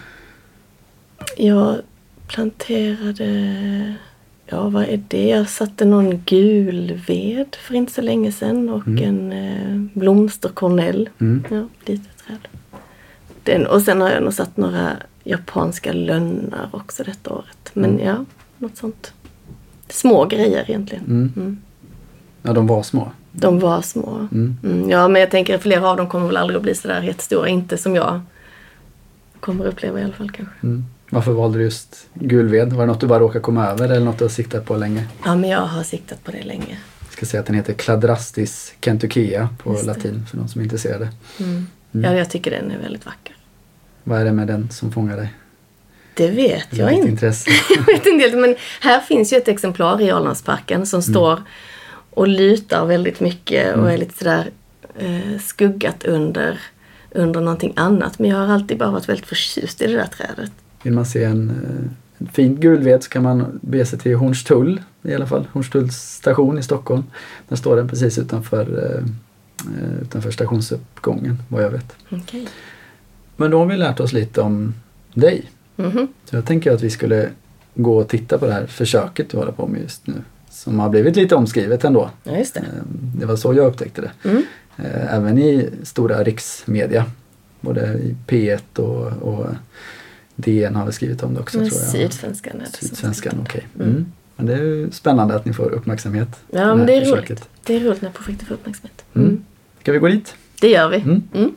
Jag planterade... Ja, vad är det? Jag satte någon gul ved för inte så länge sedan och mm. en eh, blomsterkornell. Mm. Ja, lite träd. Den, och sen har jag nog satt några japanska lönnar också detta året. Men mm. ja, något sånt. Små grejer egentligen. Mm. Mm. Ja, de var små. De var små. Mm. Mm, ja, men jag tänker att flera av dem kommer väl aldrig att bli sådär jättestora. Inte som jag kommer uppleva i alla fall kanske. Mm. Varför valde du just gulved? Var det något du bara råkade komma över eller något du har siktat på länge? Ja, men jag har siktat på det länge. Jag ska säga att den heter Cladrastis kentuckea på latin för de som är intresserade. Mm. Mm. Ja, jag tycker den är väldigt vacker. Vad är det med den som fångar dig? Det vet jag inte. Intresse. Jag vet inte, men här finns ju ett exemplar i Alnarpsparken som mm. står och lutar väldigt mycket mm. och är lite sådär eh, skuggat under, under någonting annat. Men jag har alltid bara varit väldigt förtjust i det där trädet. Vill man se en, en fin gulved så kan man be sig till Hornstull, i alla fall Hornstulls station i Stockholm. Där står den precis utanför, eh, utanför stationsuppgången, vad jag vet. Okay. Men då har vi lärt oss lite om dig. Mm-hmm. Så jag tänker att vi skulle gå och titta på det här försöket du håller på med just nu. Som har blivit lite omskrivet ändå. Ja, just det. Det var så jag upptäckte det. Mm. Även i stora riksmedia. Både i P ett och, och D N har vi skrivit om det också, men tror jag. Sydsvenskan är det. Sydsvenskan, okej. Okay. Mm. Mm. Men det är ju spännande att ni får uppmärksamhet. Ja, men det är försöket. roligt. Det är roligt när projektet får uppmärksamhet. Mm. Mm. Ska vi gå dit? Det gör vi. Mm. Mm.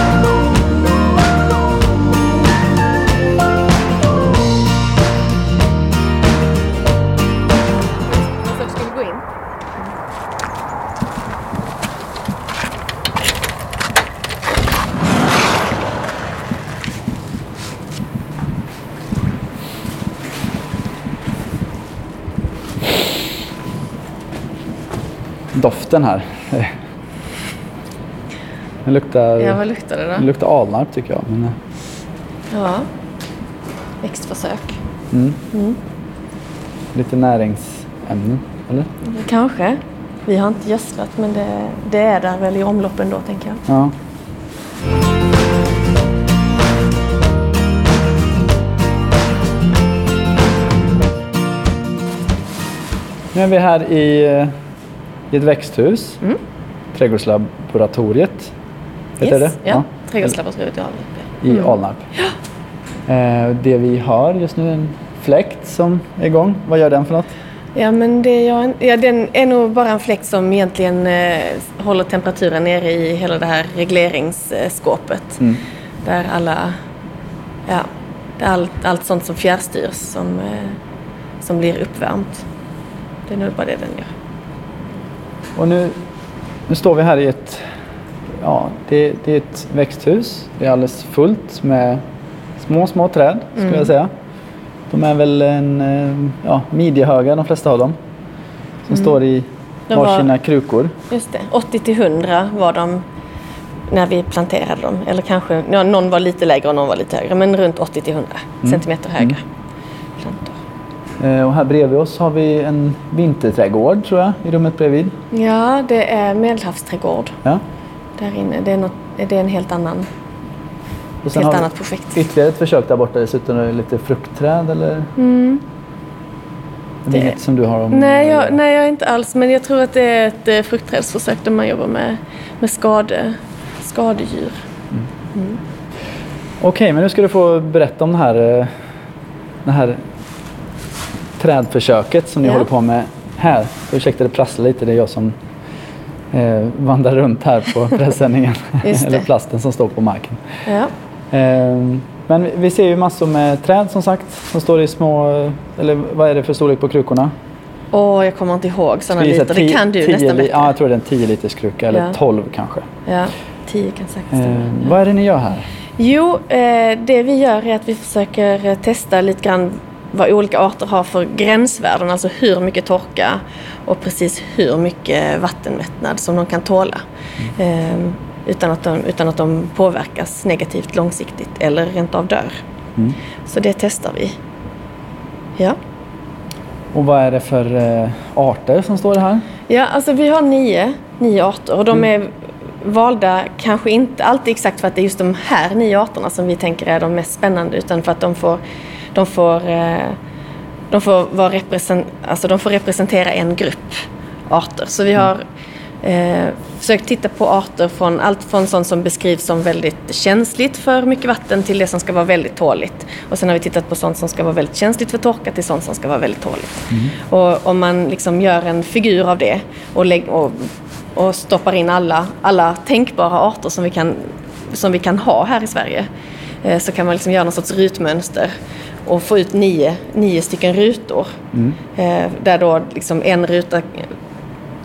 Doften här. Den luktar... Ja, vad luktar det då? Den luktar Alnarp tycker jag. Men... Ja. Växtförsök. Mm. Mm. Lite näringsämnen, eller? Kanske. Vi har inte gödslat, men det, det är där väl i omloppen då, tänker jag. Ja. Nu är vi här i... I ett växthus. Mm. Trädgårdslaboratoriet. Heter yes, det? Ja, ja. Trädgårdslaboratoriet i Alnarp. I mm. Alnarp. Ja. Eh, det vi har just nu är en fläkt som är igång. Vad gör den för något? Ja, men det gör, ja, den är nog bara en fläkt som egentligen eh, håller temperaturen nere i hela det här regleringsskåpet. Mm. Där alla, ja, allt, allt sånt som fjärrstyrs som, eh, som blir uppvärmt. Det är nog bara det den gör. Och nu, nu står vi här i ett, ja, det, det är ett växthus. Det är alldeles fullt med små, små träd, skulle mm. jag säga. De är väl en, ja, midjehöga, de flesta av dem. Som mm. står i varsina krukor. Just det, åttio till hundra var de när vi planterade dem. Eller kanske, ja, någon var lite lägre och någon var lite högre. Men runt åttio till hundra mm. centimeter högre. Mm. Plantor. Och här bredvid oss har vi en vinterträdgård, tror jag, i rummet bredvid. Ja, det är Medelhavsträdgård. Ja. Där inne. Det är, något, det är en helt annan, och sen helt har annat projekt. Ytterligare ett försök där borta. Dessutom är det lite fruktträd, eller? Mm. Det är det inget som du har om? Nej jag, nej, jag inte alls. Men jag tror att det är ett fruktträdsförsök där man jobbar med, med skade, skadedjur. Mm. Mm. Okej, okay, men nu ska du få berätta om det här, det här trädförsöket som ni ja. håller på med här. Ursäkta, det prasslar lite. Det är jag som eh, vandrar runt här på pressändningen. Eller plasten som står på marken. Ja. Eh, men vi ser ju massor med träd som sagt. Som står i små... Eller vad är det för storlek på krukorna? Åh, oh, jag kommer inte ihåg sådana liter. Det tio, kan du tio, nästan bättre. Ja, jag tror det är en tio liters kruka. Eller ja. tolv kanske. Ja, tio kan säkert stämma. Eh, ja. Vad är det ni gör här? Jo, eh, det vi gör är att vi försöker testa lite grann vad olika arter har för gränsvärden, alltså hur mycket torka och precis hur mycket vattenmättnad som de kan tåla mm. eh, utan, att de, utan att de påverkas negativt långsiktigt eller rent av dör. Mm. Så det testar vi. Ja. Och vad är det för eh, arter som står här? Ja, alltså vi har nio, nio arter och de mm. är valda kanske inte alltid exakt för att det är just de här nio arterna som vi tänker är de mest spännande, utan för att de får De får, de, får vara represent, alltså de får representera en grupp arter. Så vi har eh, försökt titta på arter från allt från sånt som beskrivs som väldigt känsligt för mycket vatten till det som ska vara väldigt tåligt. Och sen har vi tittat på sånt som ska vara väldigt känsligt för torka till sånt som ska vara väldigt tåligt. Mm. Och om man liksom gör en figur av det och, lägg, och, och stoppar in alla, alla tänkbara arter som vi kan, som vi kan ha här i Sverige, eh, så kan man liksom göra någon sorts rutmönster och få ut nio, nio stycken rutor. Mm. Eh, där då liksom en ruta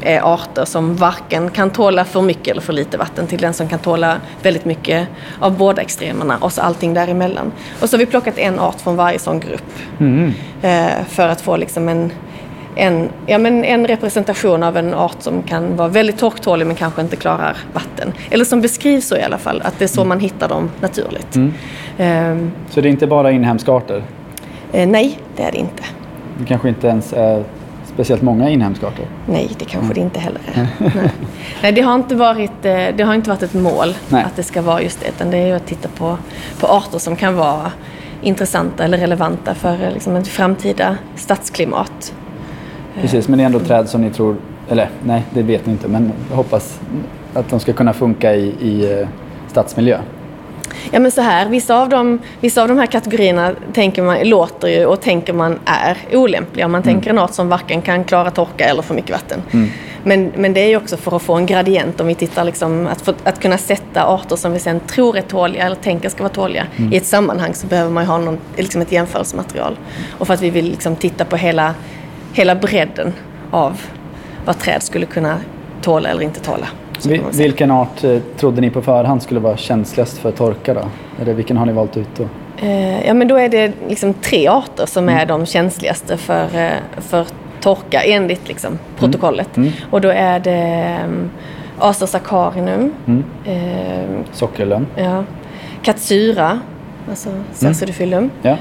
är arter som varken kan tåla för mycket eller för lite vatten till den som kan tåla väldigt mycket av båda extremerna och så allting däremellan. Och så har vi plockat en art från varje sån grupp mm. eh, för att få liksom en, en, ja, men en representation av en art som kan vara väldigt torktålig men kanske inte klarar vatten. Eller som beskrivs så i alla fall, att det är så man hittar dem naturligt. Mm. Eh, så det är inte bara inhemska arter? Eh, nej, det är det inte. Det kanske inte ens är speciellt många inhemska arter? Nej, det kanske mm. det inte heller är. Nej. Nej, det har inte varit, det har inte varit ett mål Nej. att det ska vara just det. Utan det är ju att titta på, på arter som kan vara intressanta eller relevanta för liksom, ett framtida stadsklimat. Precis, men det är ändå träd som ni tror, eller nej, det vet ni inte, men jag hoppas att de ska kunna funka i, i stadsmiljö. Ja, men så här, vissa av de, vissa av de här kategorierna tänker man, låter ju och tänker man är olämpliga. Man tänker mm. en art som varken kan klara torka eller för mycket vatten. Mm. Men, men det är ju också för att få en gradient om vi tittar liksom, att, få, att kunna sätta arter som vi sen tror är tåliga eller tänker ska vara tåliga mm. i ett sammanhang, så behöver man ju ha någon, liksom ett jämförelsematerial. Och för att vi vill liksom titta på hela, hela bredden av vad träd skulle kunna tåla eller inte tåla. Vilken art eh, trodde ni på förhand skulle vara känsligast för torka då? Eller vilken har ni valt ut då? Eh, ja, men då är det liksom tre arter som mm. är de känsligaste för, eh, för torka enligt liksom, protokollet. Mm. Mm. Och då är det um, Aster saccharinum. Mm. Eh, Sockerlön. Ja. Katsura, alltså Cercidophyllum. Mm. Ja.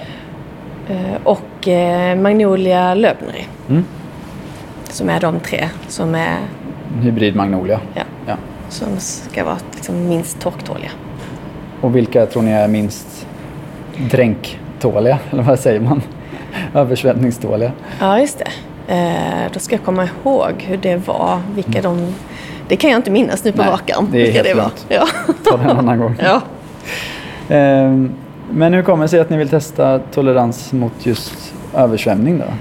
Eh, och eh, Magnolia löbneri. Mm. Som är de tre som är hybrid magnolia. Ja. ja. Som ska vara liksom minst torktåliga. Och vilka tror ni är minst dränktåliga? Eller vad säger man? Översvämningståliga. Ja, just det. Eh, då ska jag komma ihåg hur det var. Vilka mm. de... Det kan jag inte minnas nu på rak arm. Det är helt det var. Ja. Ta det en annan gång. Ja. Eh, men hur kommer det sig att ni vill testa tolerans mot just översvämning då?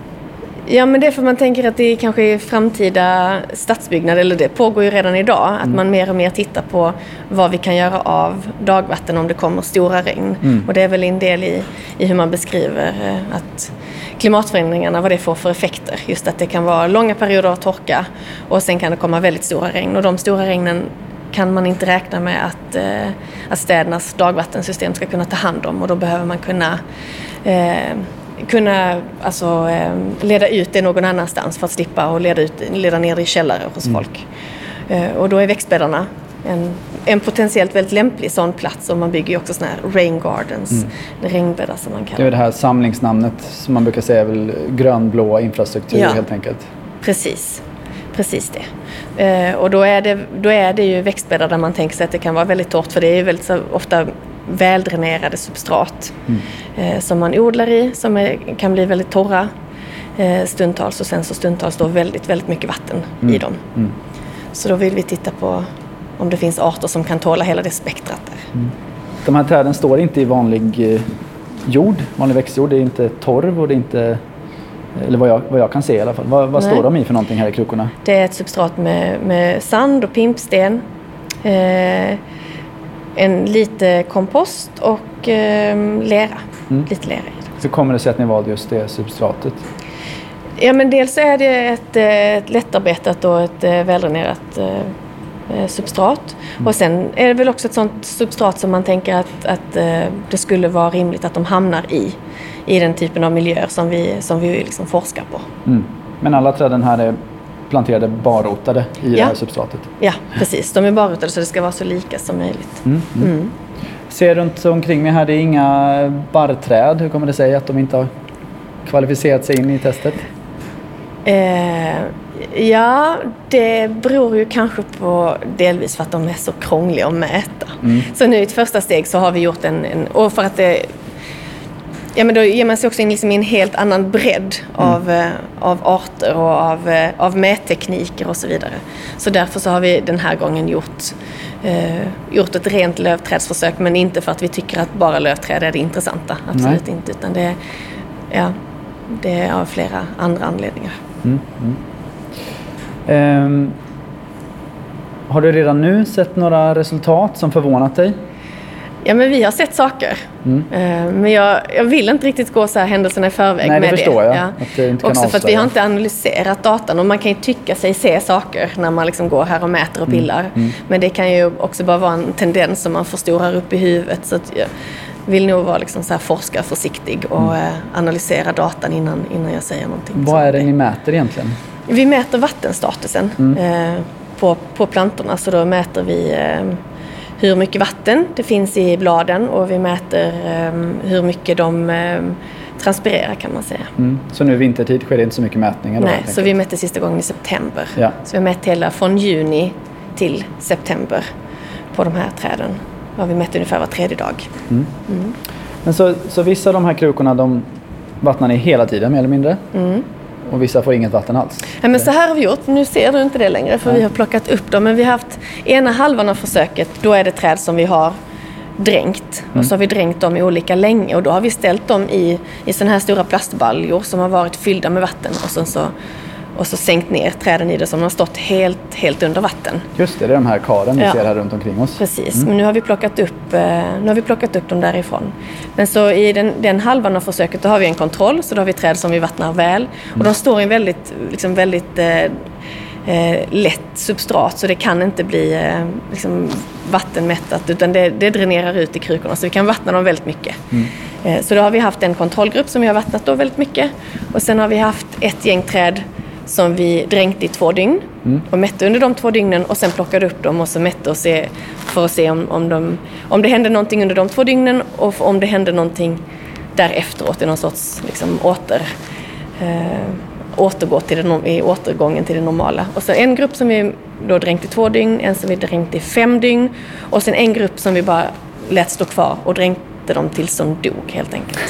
Ja, men det är för man tänker att det är kanske framtida stadsbyggnad, eller det pågår ju redan idag, att mm. man mer och mer tittar på vad vi kan göra av dagvatten om det kommer stora regn. Mm. Och det är väl en del i, i hur man beskriver att klimatförändringarna, vad det får för effekter. Just att det kan vara långa perioder av torka och sen kan det komma väldigt stora regn. Och de stora regnen kan man inte räkna med att, eh, att städernas dagvattensystem ska kunna ta hand om, och då behöver man kunna eh, kunna alltså, eh, leda ut det någon annanstans för att slippa och leda, ut, leda ner i källare hos mm. folk. Eh, och då är växtbäddarna en, en potentiellt väldigt lämplig sån plats, och man bygger ju också såna här rain gardens, mm. regnbäddar som man kallar. Det är det här samlingsnamnet som man brukar säga är väl grönblå infrastruktur ja. helt enkelt. Precis, precis det. Eh, och då är det, då är det ju växtbäddar där man tänker sig att det kan vara väldigt torrt, för det är ju väldigt så, ofta väldränerade substrat mm. eh, som man odlar i, som är, kan bli väldigt torra eh, stundtals, och sen så stundtals då väldigt, väldigt mycket vatten mm. i dem. Mm. Så då vill vi titta på om det finns arter som kan tåla hela det spektrat där. Mm. De här träden står inte i vanlig eh, jord, vanlig växtjord, det är inte torv och det är inte, eller vad jag, vad jag kan se i alla fall. Vad, vad står de i för någonting här i krokorna? Det är ett substrat med, med sand och pimpsten, eh, en lite kompost och eh, lera. Mm. Lite lera i det. Så kommer det sig att ni valde just det substratet? Ja, men dels är det ett, ett lättarbetat och ett väldränerat eh, substrat. Mm. Och sen är det väl också ett sånt substrat som man tänker att, att eh, det skulle vara rimligt att de hamnar i. I den typen av miljöer som vi, som vi liksom forskar på. Mm. Men alla träden här är planterade barrotade i ja. det här substratet? Ja, precis. De är barrotade så det ska vara så lika som möjligt. Mm. Mm. Mm. Ser runt omkring mig här, det är inga barrträd. Hur kommer det sig att de inte har kvalificerat sig in i testet? Eh, ja, det beror ju kanske på delvis för att de är så krångliga att mäta. Mm. Så nu i ett första steg så har vi gjort en, en och för att det Ja, men då ger man sig också in liksom i en helt annan bredd mm. av, eh, av arter och av, eh, av mättekniker och så vidare. Så därför så har vi den här gången gjort, eh, gjort ett rent lövträdsförsök, men inte för att vi tycker att bara lövträd är det intressanta. Absolut Nej. inte, utan det, ja, det är av flera andra anledningar. Mm. Mm. Um, har du redan nu sett några resultat som förvånat dig? Ja, men vi har sett saker. Mm. Uh, men jag, jag vill inte riktigt gå så här händelserna i förväg. Nej, det med förstår det. jag. Ja. Att det inte kan Också avslöja. för att vi har inte analyserat datan. Och man kan ju tycka sig se saker när man liksom går här och mäter och pillar. Mm. Mm. Men det kan ju också bara vara en tendens som man förstorar upp i huvudet. Så att jag vill nog vara liksom så här forskarförsiktig och mm. uh, analysera datan innan, innan jag säger någonting. Vad är det ni mäter egentligen? Vi mäter vattenstatusen mm. uh, på, på plantorna. Så då mäter vi... Uh, hur mycket vatten det finns i bladen och vi mäter um, hur mycket de um, transpirerar kan man säga. Mm. Så nu vintertid sker det inte så mycket mätningar? Nej, då, så vi mätte sista gången i september. Ja. Så vi har mätt hela från juni till september på de här träden. Och vi mätte ungefär var tredje dag. Mm. Mm. Men så, så vissa av de här krukorna de vattnar ni hela tiden mer eller mindre? Mm. Och vissa får inget vatten alls? Ja, men så här har vi gjort. Nu ser du inte det längre för Nej. vi har plockat upp dem. Men vi har haft ena halvan av försöket. Då är det träd som vi har dränkt. Mm. Och så har vi dränkt dem i olika länge. Och då har vi ställt dem i, i såna här stora plastbaljor som har varit fyllda med vatten. Och så, så, och så sänkt ner träden i det som har stått helt, helt under vatten. Just det, det är de här karen vi ja. ser här runt omkring oss. Precis, mm. men nu har vi plockat upp, nu har vi plockat upp dem därifrån. Men så i den, den halvan av försöket då har vi en kontroll. Så då har vi träd som vi vattnar väl. Mm. Och de står i en väldigt, liksom väldigt eh, eh, lätt substrat. Så det kan inte bli eh, liksom vattenmättat. Utan det, det dränerar ut i krukorna. Så vi kan vattna dem väldigt mycket. Mm. Eh, så då har vi haft en kontrollgrupp som vi har vattnat då väldigt mycket. Och sen har vi haft ett gäng träd som vi dränkte i två dygn mm. och mätte under de två dygnen och sen plockade upp dem och så mätte och se, för att se om, om, de, om det hände någonting under de två dygnen och om det hände någonting därefteråt i någon sorts liksom, åter, eh, återgå till det, i återgången till det normala. Och så en grupp som vi då dränkte i två dygn, en som vi dränkte i fem dygn och sen en grupp som vi bara lät stå kvar och dränkte dem tills de dog helt enkelt.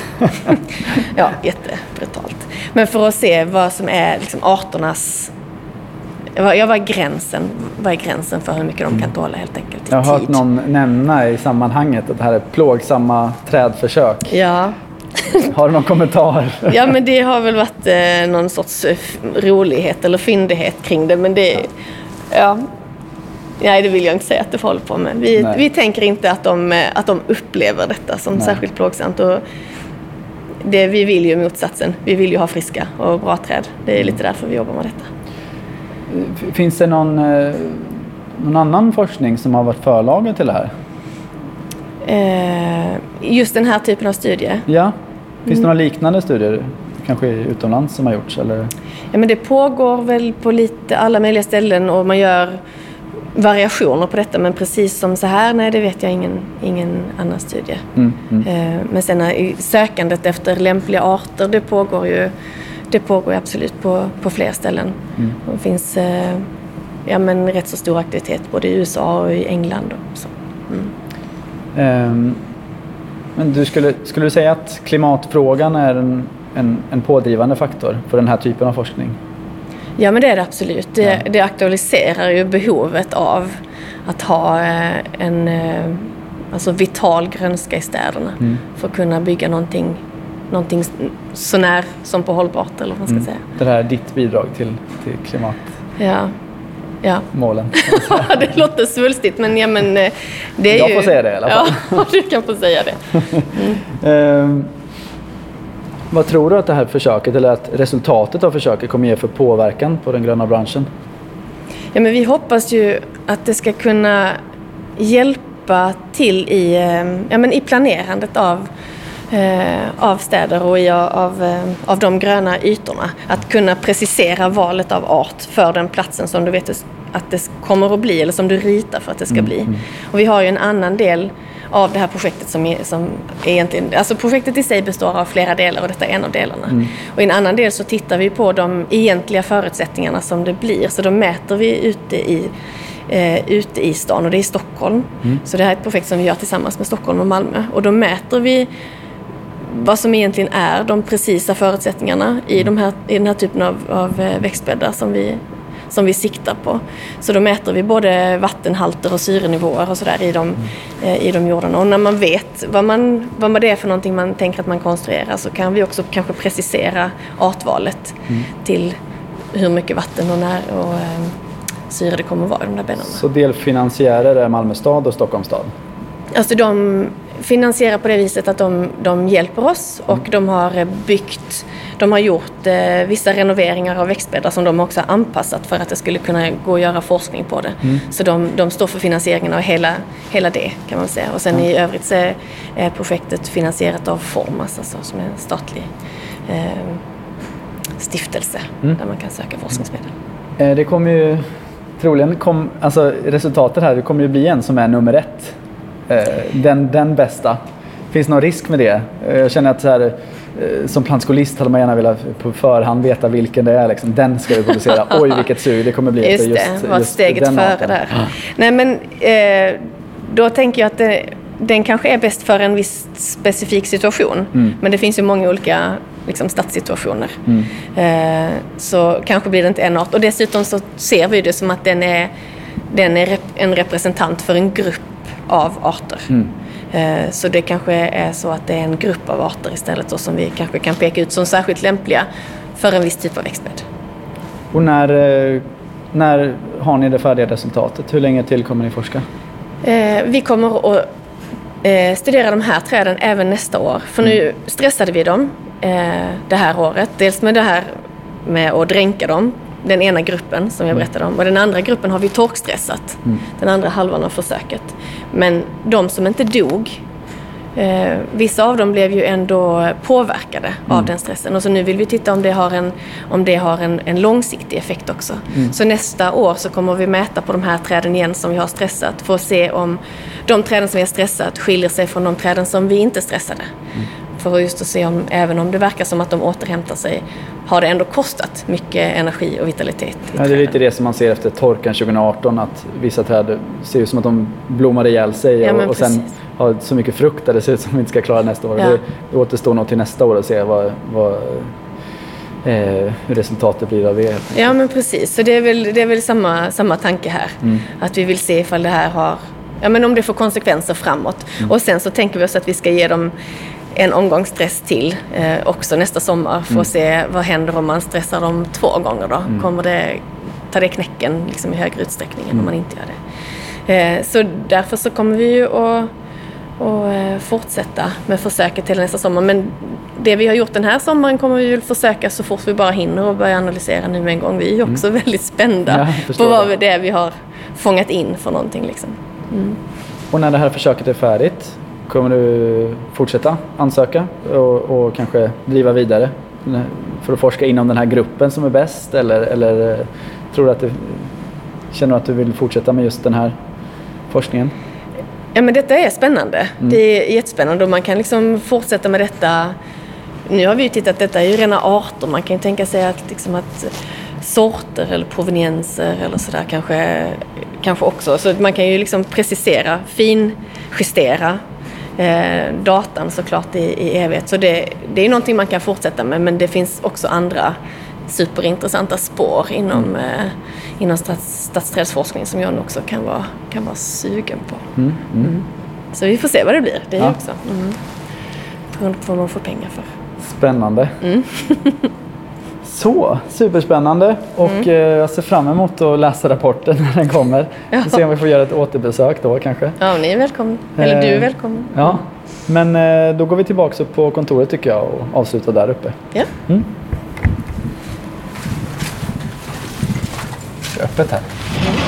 Ja, jättebrutalt. Men för att se vad som är liksom arternas... Vad är gränsen, vad är gränsen för hur mycket de kan tåla helt enkelt i Jag har tid. hört någon nämna i sammanhanget att det här är plågsamma trädförsök. Ja. Har du någon kommentar? Ja, men det har väl varit eh, någon sorts rolighet eller fyndighet kring det. Men det... Ja... Nej, det vill jag inte säga att det håller på med. Vi, vi tänker inte att de, att de upplever detta som Nej. särskilt plågsamt. Och det, vi vill ju motsatsen. Vi vill ju ha friska och bra träd. Det är lite därför vi jobbar med detta. Finns det någon, någon annan forskning som har varit förlagad till det här? Eh, just den här typen av studier? Ja. Finns mm. det några liknande studier? Kanske utomlands som har gjorts? Eller? Ja, men det pågår väl på lite alla möjliga ställen och man gör variationer på detta, men precis som så här, nej, det vet jag ingen, ingen annan studie. Mm, mm. Eh, men sen är sökandet efter lämpliga arter, det pågår ju det pågår ju absolut på, på fler ställen. Mm. Det finns eh, ja, men rätt så stor aktivitet både i U S A och i England. Och så. Mm. Um, men du skulle, skulle du säga att klimatfrågan är en, en, en pådrivande faktor för den här typen av forskning? Ja, men det är det absolut. Det, ja. det aktualiserar ju behovet av att ha en alltså vital grönska i städerna mm. för att kunna bygga någonting, någonting så när som på hållbart, eller vad man ska mm. säga. Det här är ditt bidrag till, till klimat. Ja. Ja. Målen. Det låter svulstigt, men, ja, men det är jag ju... får säga det i alla fall. Ja, du kan få säga det. Mm. um, vad tror du att det här försöket, eller att resultatet av försöket kommer ge för påverkan på den gröna branschen? Ja, men vi hoppas ju att det ska kunna hjälpa till i, ja, men i planerandet av Eh, av städer och i, av, eh, av de gröna ytorna. Att kunna precisera valet av art för den platsen som du vet att det kommer att bli, eller som du ritar för att det ska mm, bli. Mm. Och vi har ju en annan del av det här projektet som är, som är egentligen, alltså projektet i sig består av flera delar och detta är en av delarna. Mm. Och i en annan del så tittar vi på de egentliga förutsättningarna som det blir. Så då mäter vi ute i Eh, ute i stan, och det är i Stockholm. Mm. Så det här är ett projekt som vi gör tillsammans med Stockholm och Malmö. Och då mäter vi vad som egentligen är de precisa förutsättningarna i, de här, i den här typen av, av växtbäddar som vi, som vi siktar på. Så då mäter vi både vattenhalter och syrenivåer och sådär i de, mm. eh, i de jordarna. Och när man vet vad, man, vad det är för någonting man tänker att man konstruerar, så kan vi också kanske precisera artvalet mm. till hur mycket vatten och när och eh, syre det kommer att vara i de där bäddarna. Så delfinansiärer är Malmö stad och Stockholms stad? Alltså de, finansierar på det viset att de, de hjälper oss och mm. de har byggt, de har gjort eh, vissa renoveringar av växtbäddar som de också har anpassat för att det skulle kunna gå att göra forskning på det. Mm. Så de, de står för finansieringen av hela, hela det kan man säga. Och sen mm. i övrigt så är, är projektet finansierat av Formas, alltså, som är en statlig eh, stiftelse mm. där man kan söka forskningsmedel. Eh, det kommer ju troligen, kom, alltså resultatet här, det kommer ju bli en som är nummer ett. Den, den bästa. Finns det någon risk med det? Jag känner att så här, som plantskolist hade man gärna velat på förhand veta vilken det är. Liksom. Den ska vi producera. Oj, vilket sug det kommer bli. Just det, just, var just steget före arten. Där. Ja. Nej, men eh, då tänker jag att det, den kanske är bäst för en viss specifik situation. Mm. Men det finns ju många olika liksom, stadssituationer. Mm. Eh, så kanske blir det inte en art. Och dessutom så ser vi det som att den är, den är rep- en representant för en grupp av arter. Mm. Eh, så det kanske är så att det är en grupp av arter istället då, som vi kanske kan peka ut som särskilt lämpliga för en viss typ av växtbädd. Och när, när har ni det färdiga resultatet? Hur länge till kommer ni forska? Eh, vi kommer att eh, studera de här träden även nästa år. För mm. nu stressade vi dem eh, det här året. Dels med det här med att dränka dem. Den ena gruppen som jag berättade om. Och den andra gruppen har vi torkstressat. Mm. Den andra halvan av försöket. Men de som inte dog, eh, vissa av dem blev ju ändå påverkade mm. av den stressen. Och så nu vill vi titta om det har en, om det har en, en långsiktig effekt också. Mm. Så nästa år så kommer vi mäta på de här träden igen som vi har stressat. För att se om de träden som vi har stressat skiljer sig från de träden som vi inte stressade. Mm. För just att se om, även om det verkar som att de återhämtar sig, har det ändå kostat mycket energi och vitalitet. Ja, det är lite det som man ser efter torkan tjugo arton, att vissa träd ser ut som att de blommar ihjäl sig ja, och, och sen har så mycket frukt där det ser ut som att vi inte ska klara nästa år. Ja. Det, det återstår nog till nästa år att se vad, vad, eh, hur resultatet blir av det. Ja, men precis. Så det är väl, det är väl samma, samma tanke här. Mm. Att vi vill se ifall det här har, ja, men om det får konsekvenser framåt. Mm. Och sen så tänker vi oss att vi ska ge dem en omgång stress till eh, också nästa sommar för mm. att se vad händer om man stressar dem två gånger då. Mm. Kommer det ta det knäcken liksom i högre utsträckning än mm. om man inte gör det. Eh, så därför så kommer vi ju att, att fortsätta med försöket till nästa sommar. Men det vi har gjort den här sommaren kommer vi väl försöka så fort vi bara hinner och börja analysera nu med en gång. Vi är ju också mm. väldigt spända ja, på vad det är vi har fångat in för någonting liksom. Mm. Och när det här försöket är färdigt, kommer du fortsätta ansöka och, och kanske driva vidare för att forska inom den här gruppen som är bäst? Eller, eller tror du att du, känner du att du vill fortsätta med just den här forskningen? Ja, men detta är spännande. Mm. Det är jättespännande och man kan liksom fortsätta med detta. Nu har vi ju tittat, att detta är ju rena arter. Man kan ju tänka sig att, liksom att sorter eller provenienser eller sådär kanske, kanske också. Så man kan ju liksom precisera, finjustera Eh, datan såklart i, i evighet. Så det, det är någonting man kan fortsätta med, men det finns också andra superintressanta spår inom, mm. eh, inom stats, stadsträdsforskning som jag också kan vara, kan vara sugen på. Mm. Mm. Mm. Så vi får se vad det blir. Det är ja. också. Mm. Beroende på vad man får pengar för. Spännande. Mm. Så, superspännande och mm. eh, jag ser fram emot att läsa rapporten när den kommer. Ja. Så se om vi får göra ett återbesök då kanske. Ja, ni är välkomna. Eller du är välkommen. Ja, men eh, då går vi tillbaka upp på kontoret tycker jag och avslutar där uppe. Ja. Mm. Det är öppet här. Mm.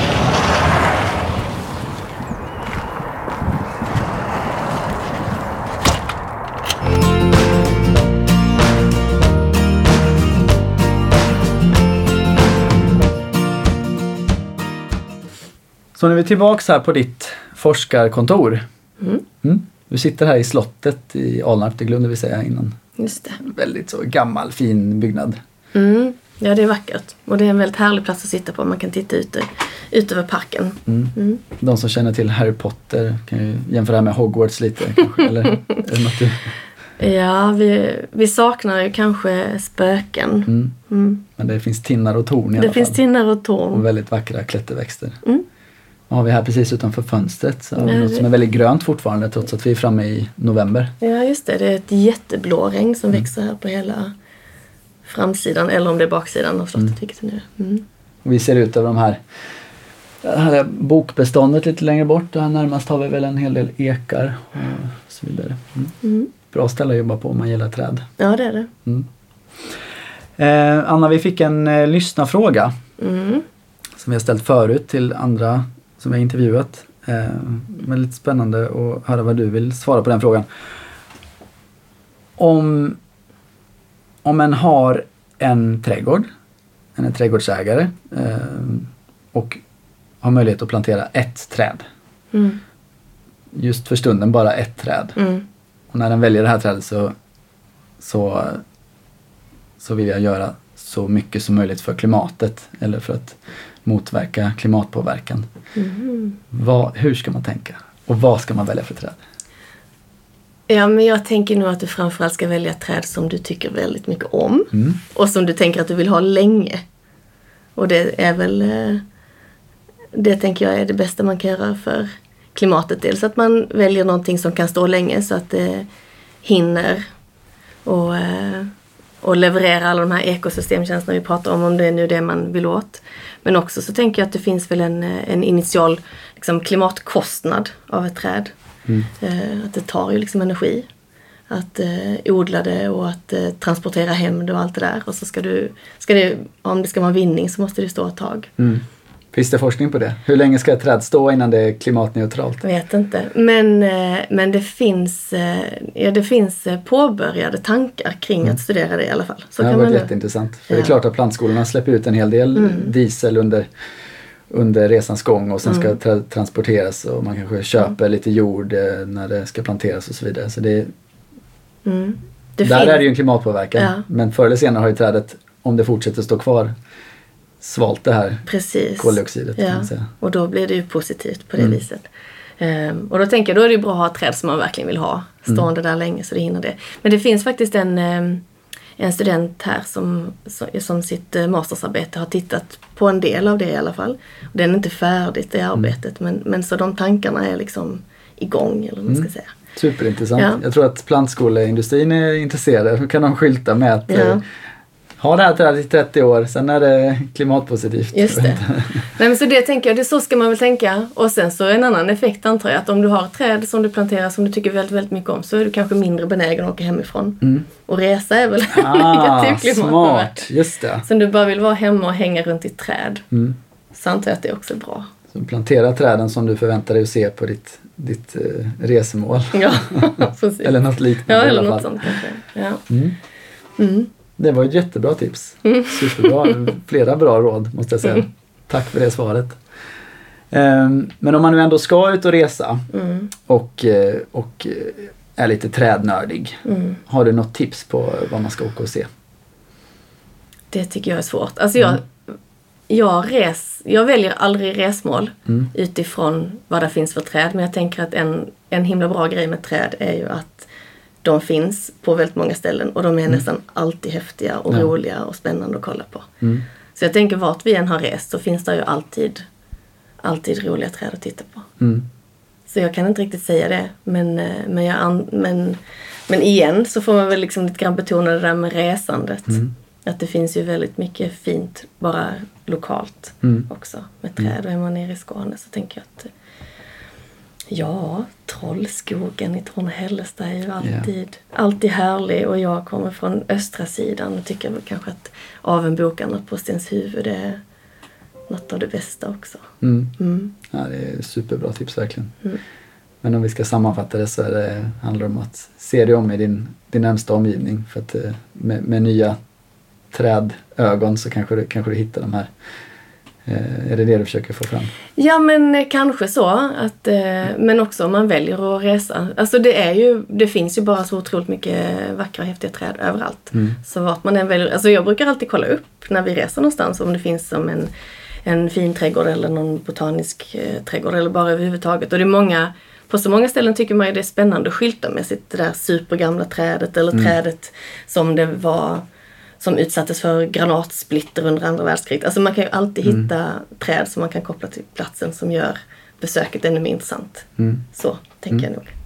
Så nu är vi tillbaka här på ditt forskarkontor. Mm. Mm. Du sitter här i slottet i Alnarp, det glömde vi säga innan. Just det. Väldigt så gammal, fin byggnad. Mm. Ja, det är vackert. Och det är en väldigt härlig plats att sitta på. Man kan titta ut, ut över parken. Mm. Mm. De som känner till Harry Potter kan ju jämföra det med Hogwarts lite kanske. Eller är det något du... Ja, vi, vi saknar ju kanske spöken. Mm. Mm. Men det finns tinnar och torn i alla Det fall. finns tinnar och torn. Och väldigt vackra klätterväxter. Mm. Har vi här precis utanför fönstret. Så ja, något som är väldigt grönt fortfarande trots att vi är framme i november. Ja, just det. Det är ett jätteblå regn som mm. växer här på hela framsidan. Eller om det är baksidan av slottet, mm. vilket det nu är. Mm. Och vi ser ut över de här Här är bokbeståndet lite längre bort. Där närmast har vi väl en hel del ekar och så vidare. Mm. Mm. Bra ställe att jobba på om man gillar träd. Ja, det är det. Mm. Eh, Anna, vi fick en eh, lyssnarfråga mm. som vi har ställt förut till andra som vi har intervjuat. Eh, men lite spännande att höra vad du vill svara på den frågan. Om, om en har en trädgård, en är trädgårdsägare eh, och har möjlighet att plantera ett träd. Mm. Just för stunden bara ett träd. Mm. Och när den väljer det här trädet så, så, så vill jag göra så mycket som möjligt för klimatet. Eller för att motverka klimatpåverkan. Mm. Vad, hur ska man tänka? Och vad ska man välja för träd? Ja, men jag tänker nog att du framförallt ska välja träd som du tycker väldigt mycket om. Mm. Och som du tänker att du vill ha länge. Och det är väl... Det tänker jag är det bästa man kan göra för klimatet. Dels att man väljer någonting som kan stå länge så att det hinner och, och leverera alla de här ekosystemtjänsterna vi pratar om, om det är nu det man vill åt. Men också så tänker jag att det finns väl en, en initial liksom, klimatkostnad av ett träd. Mm. Att det tar ju liksom energi att eh, odla det och att eh, transportera hem det och allt det där. Och så ska du, ska det, om det ska vara vinning så måste det stå ett tag. Mm. Finns det forskning på det? Hur länge ska ett träd stå innan det är klimatneutralt? Jag vet inte. Men, men det finns, ja, det finns påbörjade tankar kring mm. att studera det i alla fall. Så det har kan varit man jätteintressant. För ja. Det är klart att plantskolorna släpper ut en hel del mm. diesel under, under resans gång och sen ska mm. tra- transporteras och man kanske köper mm. lite jord när det ska planteras och så vidare. Så det, mm. det där fin- är det ju en klimatpåverkan. Ja. Men förr eller senare har ju trädet, om det fortsätter stå kvar, svalt det här Precis. koldioxidet. Ja. Kan man säga. Och då blir det ju positivt på det mm. viset. Um, och då tänker jag, då är det ju bra att ha ett träd som man verkligen vill ha. Stående mm. där länge så det hinner det. Men det finns faktiskt en, um, en student här som, som, som sitt uh, mastersarbete har tittat på en del av det i alla fall. Och den är inte färdigt i arbetet. Mm. Men, men så de tankarna är liksom igång eller vad man ska mm. säga. Superintressant. Ja. Jag tror att plantskoleindustrin är intresserade. Hur kan de skylta med att ja. uh, ha det här trädet i trettio år, sen är det klimatpositivt. Just det. Nej, men så det tänker jag, det så ska man väl tänka. Och sen så en annan effekt antar jag att om du har ett träd som du planterar som du tycker väldigt, väldigt mycket om så är du kanske mindre benägen att åka hemifrån. Mm. Och resa är väl ah, negativ klimatpåverkan. Smart, just det. Så om du bara vill vara hemma och hänga runt i träd mm. så antar jag att det också är bra. Så plantera träden som du förväntar dig att se på ditt, ditt uh, resemål. Ja, precis. Eller något liknande. Ja, eller i alla något fall. sånt kanske. Ja. Mm. Mm. Det var ett jättebra tips. Mm. Superbra. Flera bra råd måste jag säga. Mm. Tack för det svaret. Um, men om man nu ändå ska ut och resa mm. och, och är lite trädnördig. Mm. Har du något tips på vad man ska åka och se? Det tycker jag är svårt. Alltså jag, mm. jag, res, jag väljer aldrig resmål mm. utifrån vad det finns för träd. Men jag tänker att en, en himla bra grej med träd är ju att de finns på väldigt många ställen och de är mm. nästan alltid häftiga och ja. roliga och spännande att kolla på. Mm. Så jag tänker vart vi än har rest så finns det ju alltid, alltid roliga träd att titta på. Mm. Så jag kan inte riktigt säga det. Men, men, jag an, men, men igen så får man väl liksom lite grann betona det där med resandet. Mm. Att det finns ju väldigt mycket fint bara lokalt mm. också med träd. Och är man nere i Skåne så tänker jag att ja, Trollskogen i Torne-Hällestad är ju alltid, yeah. alltid härlig. Och jag kommer från östra sidan och tycker väl kanske att Avenbokarna på Stenshuvud är något av det bästa också. Mm. Mm. Ja, det är superbra tips verkligen. Mm. Men om vi ska sammanfatta det så är det, handlar det om att se dig om i din, din närmsta omgivning. För att med, med nya trädögon så kanske du, kanske du hittar de här. Är det det du försöker få fram? Ja, men kanske så. Att, men också om man väljer att resa. Alltså det är ju, det finns ju bara så otroligt mycket vackra och häftiga träd överallt. Mm. Så vart man än väljer, alltså jag brukar alltid kolla upp när vi reser någonstans om det finns som en, en fin trädgård eller någon botanisk eh, trädgård eller bara överhuvudtaget. Och det är många, på så många ställen tycker man ju det är spännande att skylta med sitt det där supergamla trädet eller mm. trädet som det var som utsattes för granatsplitter under andra världskriget. Alltså man kan ju alltid mm. hitta träd som man kan koppla till platsen som gör besöket ännu mer intressant. Mm. Så tänker mm. jag nog.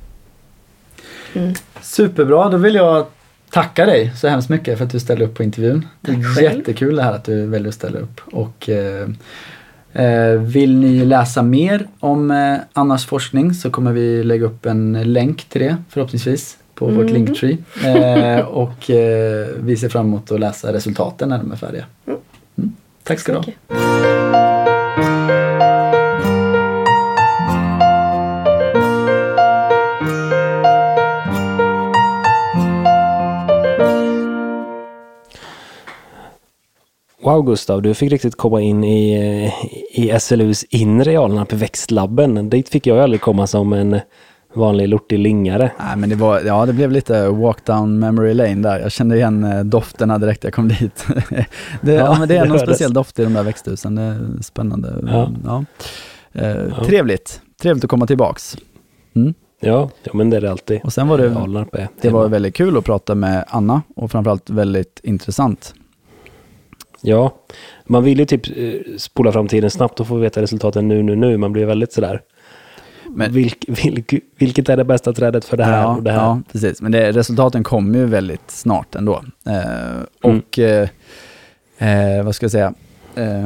Mm. Superbra, då vill jag tacka dig så hemskt mycket för att du ställde upp på intervjun. Tack det är själv. Jättekul det här att du väljer att ställa upp. Och eh, Eh, vill ni läsa mer om eh, Annas forskning så kommer vi lägga upp en länk till det förhoppningsvis på mm. vårt Linktree. Eh, och eh, vi ser fram emot att läsa resultaten när de är färdiga. Mm. Mm. Tack ska du ha. Wow Gustav, du fick riktigt komma in i, i S L U:s inre i Alnarp växtlabben. Dit fick jag aldrig komma som en vanlig lortig lingare. Nej, men det var, ja, det blev lite walk down memory lane där. Jag kände igen dofterna direkt jag kom dit. det, ja, ja, men det är det någon speciell doft i de där växthusen. Det är spännande. Ja. Ja. Eh, ja. Trevligt. Trevligt att komma tillbaks. Mm. Ja, ja, men det är det alltid. Och sen var det, det, det var väldigt kul att prata med Anna och framförallt väldigt intressant. Ja, man vill ju typ spola fram tiden snabbt och få veta resultaten nu, nu, nu. Man blir väldigt sådär. Men, Vilk, vilk, vilket är det bästa trädet för det här ja, och det här? Ja, precis. Men det, resultaten kommer ju väldigt snart ändå. Eh, och mm. eh, vad ska jag säga? Eh,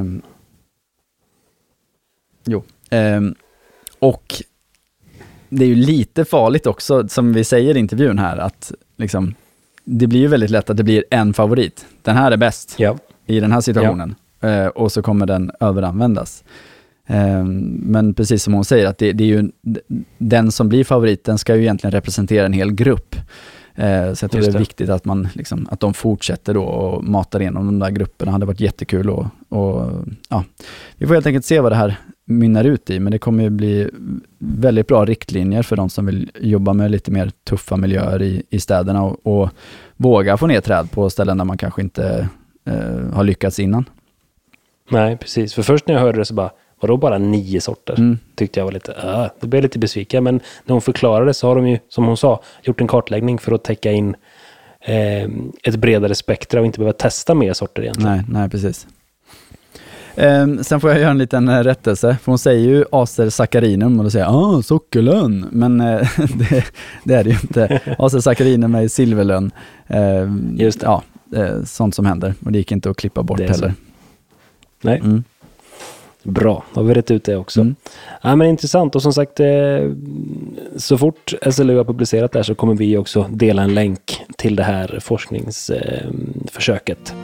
jo. Eh, och det är ju lite farligt också, som vi säger i intervjun här, att liksom, det blir ju väldigt lätt att det blir en favorit. Den här är bäst. Ja. I den här situationen. Ja. Eh, och så kommer den överanvändas. Eh, men precis som hon säger, att det, det är ju den som blir favoriten ska ju egentligen representera en hel grupp. Eh, så jag tror det är viktigt att man liksom, att de fortsätter då och matar igenom de där grupperna. Det hade varit jättekul och, och ja, vi får helt enkelt se vad det här mynnar ut i, men det kommer ju bli väldigt bra riktlinjer för de som vill jobba med lite mer tuffa miljöer i, i städerna och, och våga få ner träd på ställen där man kanske inte Uh, har lyckats innan. Nej, precis. För först när jag hörde det så bara, var då bara nio sorter? Mm. Tyckte jag var lite, uh, det blev lite besviken. Men när hon förklarade så har de ju, som hon sa, gjort en kartläggning för att täcka in eh, ett bredare spektra och inte behöva testa mer sorter egentligen. Nej, nej precis. Um, sen får jag göra en liten rättelse. För hon säger ju Acer saccharinum och då säger jag, ah, sockerlön. Men uh, det, det är det ju inte. Acer saccharinum är silverlön. Uh, Just det. Ja. Sånt som händer. Och det gick inte att klippa bort heller. Nej. Mm. Bra, då har vi rätt ut det också. Mm. Ja, men intressant. Och som sagt, så fort S L U har publicerat det här så kommer vi också dela en länk till det här forskningsförsöket.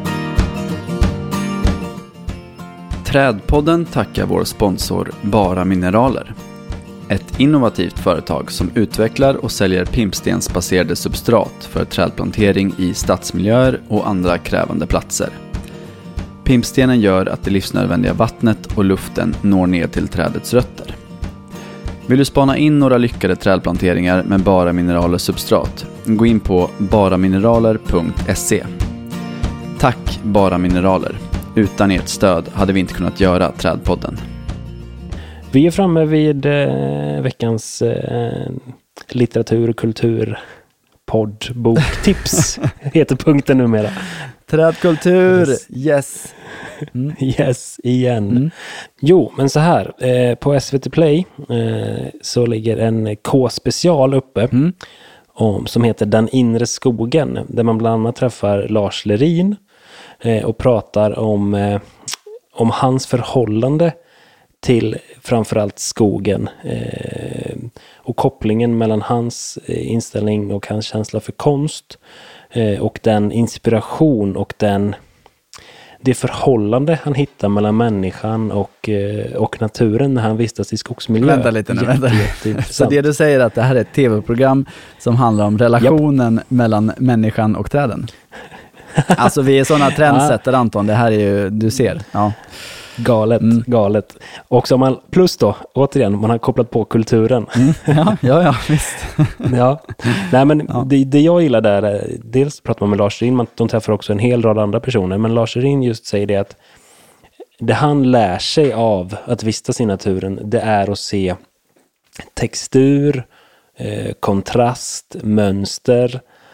Trädpodden tackar vår sponsor Bara Mineraler. Ett innovativt företag som utvecklar och säljer pimpstensbaserade substrat för trädplantering i stadsmiljöer och andra krävande platser. Pimpstenen gör att det livsnödvändiga vattnet och luften når ner till trädets rötter. Vill du spana in några lyckade trädplanteringar med Bara Mineraler substrat? Gå in på bara mineraler punkt se. Tack Bara Mineraler. Utan ert stöd hade vi inte kunnat göra Trädpodden. Vi är framme vid eh, veckans eh, litteratur- och kultur podd, bok, tips heter punkten numera. Trädkultur, yes. Yes, mm. yes igen. Mm. Jo, men så här. Eh, på S V T Play eh, så ligger en K-special uppe mm. om, som heter Den inre skogen. Där man bland annat träffar Lars Lerin eh, och pratar om, eh, om hans förhållande till framförallt skogen eh, och kopplingen mellan hans eh, inställning och hans känsla för konst eh, och den inspiration och den det förhållande han hittar mellan människan och, eh, och naturen när han vistas i skogsmiljö. Vänta lite nu, vänta. Så det du säger är att det här är ett tv-program som handlar om relationen Japp. mellan människan och träden? Alltså vi är sådana trendsättare Anton, det här är ju, du ser, ja. Galet, mm. galet. Och så man, plus då, återigen, man har kopplat på kulturen. Mm. Ja, ja, ja, visst. ja. Nej, men ja. Det, det jag gillar där är, dels pratar man med Lars Lerin, man, de träffar också en hel rad andra personer, men Lars Lerin just säger det att det han lär sig av att vistas i naturen, det är att se textur, eh, kontrast, mönster,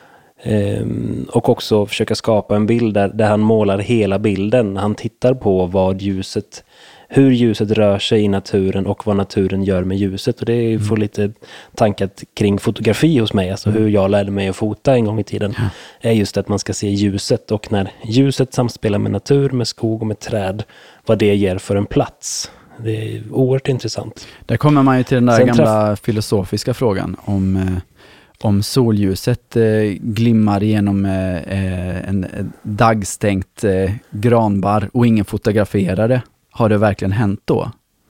Ehm, och också försöka skapa en bild där, där han målar hela bilden. Han tittar på vad ljuset, hur ljuset rör sig i naturen och vad naturen gör med ljuset. Och det får lite tankat kring fotografi hos mig. Alltså hur jag lärde mig att fota en gång i tiden. Ja. Är just att man ska se ljuset. Och när ljuset samspelar med natur, med skog och med träd. Vad det ger för en plats. Det är oerhört intressant. Där kommer man ju till den där Sen gamla träff- filosofiska frågan. Om, eh, om solljuset eh, glimmar genom eh, en eh, dagstängt eh, granbar och ingen fotograferar det. Har det verkligen hänt då?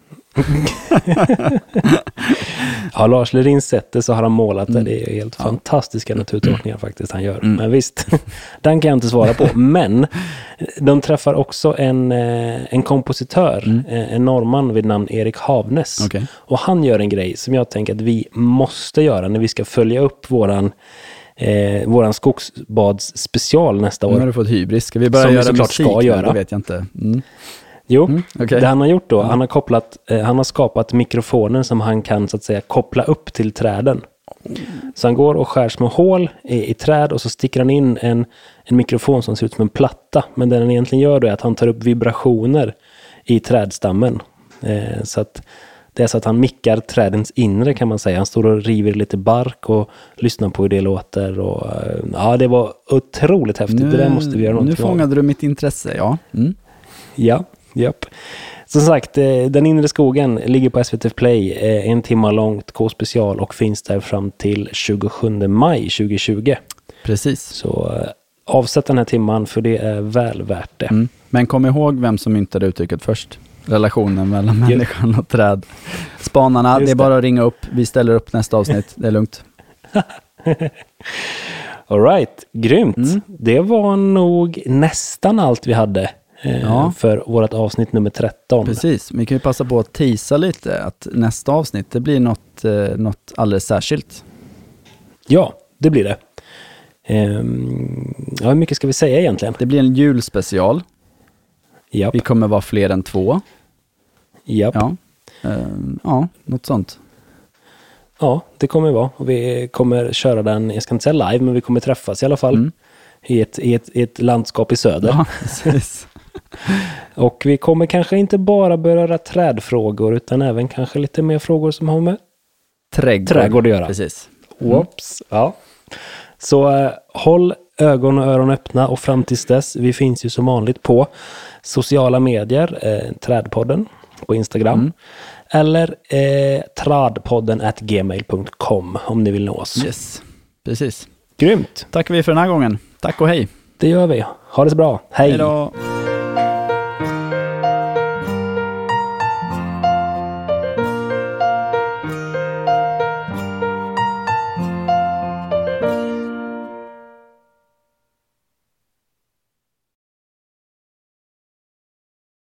Ja, Lars Lerins sätt det så har han målat det. Mm. Det är helt ja. fantastiska naturtolkningar faktiskt han gör. Mm. Men visst, den kan jag inte svara på. Men de träffar också en, en kompositör, mm. en norrman vid namn Erik Havnes. Okay. Och han gör en grej som jag tänker att vi måste göra när vi ska följa upp våran Eh, våran skogsbads special nästa år. Nu har du fått hybris. Ska vi börja som göra vi musik? Ska göra. Det vet jag inte. Mm. Jo, mm, okay. det han har gjort då, mm. han har kopplat, eh, han har skapat mikrofoner som han kan så att säga koppla upp till träden. Mm. Så han går och skär små hål i, i träd och så sticker han in en, en mikrofon som ser ut som en platta. Men det han egentligen gör då är att han tar upp vibrationer i trädstammen. Eh, så att det är så att han mickar trädens inre kan man säga. Han står och river lite bark och lyssnar på hur det låter. Och, ja, det var otroligt häftigt. Nu, det där måste vi göra någonting. Nu fångade av. Du mitt intresse, ja. Mm. Ja, japp. Som sagt, Den inre skogen ligger på S V T Play. En timme långt, K-special och finns där fram till tjugosjunde maj tjugohundratjugo. Precis. Så avsätt den här timman för det är väl värt det. Mm. Men kom ihåg vem som myntade uttrycket först. Relationen mellan människan och träd. Spanarna, det är bara att ringa upp. Vi ställer upp nästa avsnitt. Det är lugnt. All right, grymt. Mm. Det var nog nästan allt vi hade eh, ja. för vårt avsnitt nummer tretton. Precis, vi kan ju passa på att teasa lite. Att nästa avsnitt, det blir något, eh, något alldeles särskilt. Ja, det blir det. Ehm, ja, hur mycket ska vi säga egentligen? Det blir en julspecial. Japp. Vi kommer vara fler än två. Japp. Ja. Um, ja, något sånt. Ja, det kommer vara. Och vi kommer köra den, jag ska inte säga live, men vi kommer träffas i alla fall. Mm. I, ett, i, ett, i ett landskap i söder. Ja, precis. Och vi kommer kanske inte bara beröra trädfrågor, utan även kanske lite mer frågor som har med trädgård, trädgård att göra. Precis. Mm. Whoops. Ja. Så äh, håll ögon och öron öppna och fram tills dess, vi finns ju som vanligt på sociala medier, eh, Trädpodden på Instagram mm. eller eh, tradpodden at gmail dot com om ni vill nå oss. Yes, precis. Grymt. Tackar vi för den här gången. Tack och hej. Det gör vi. Ha det så bra. Hej. Hej då.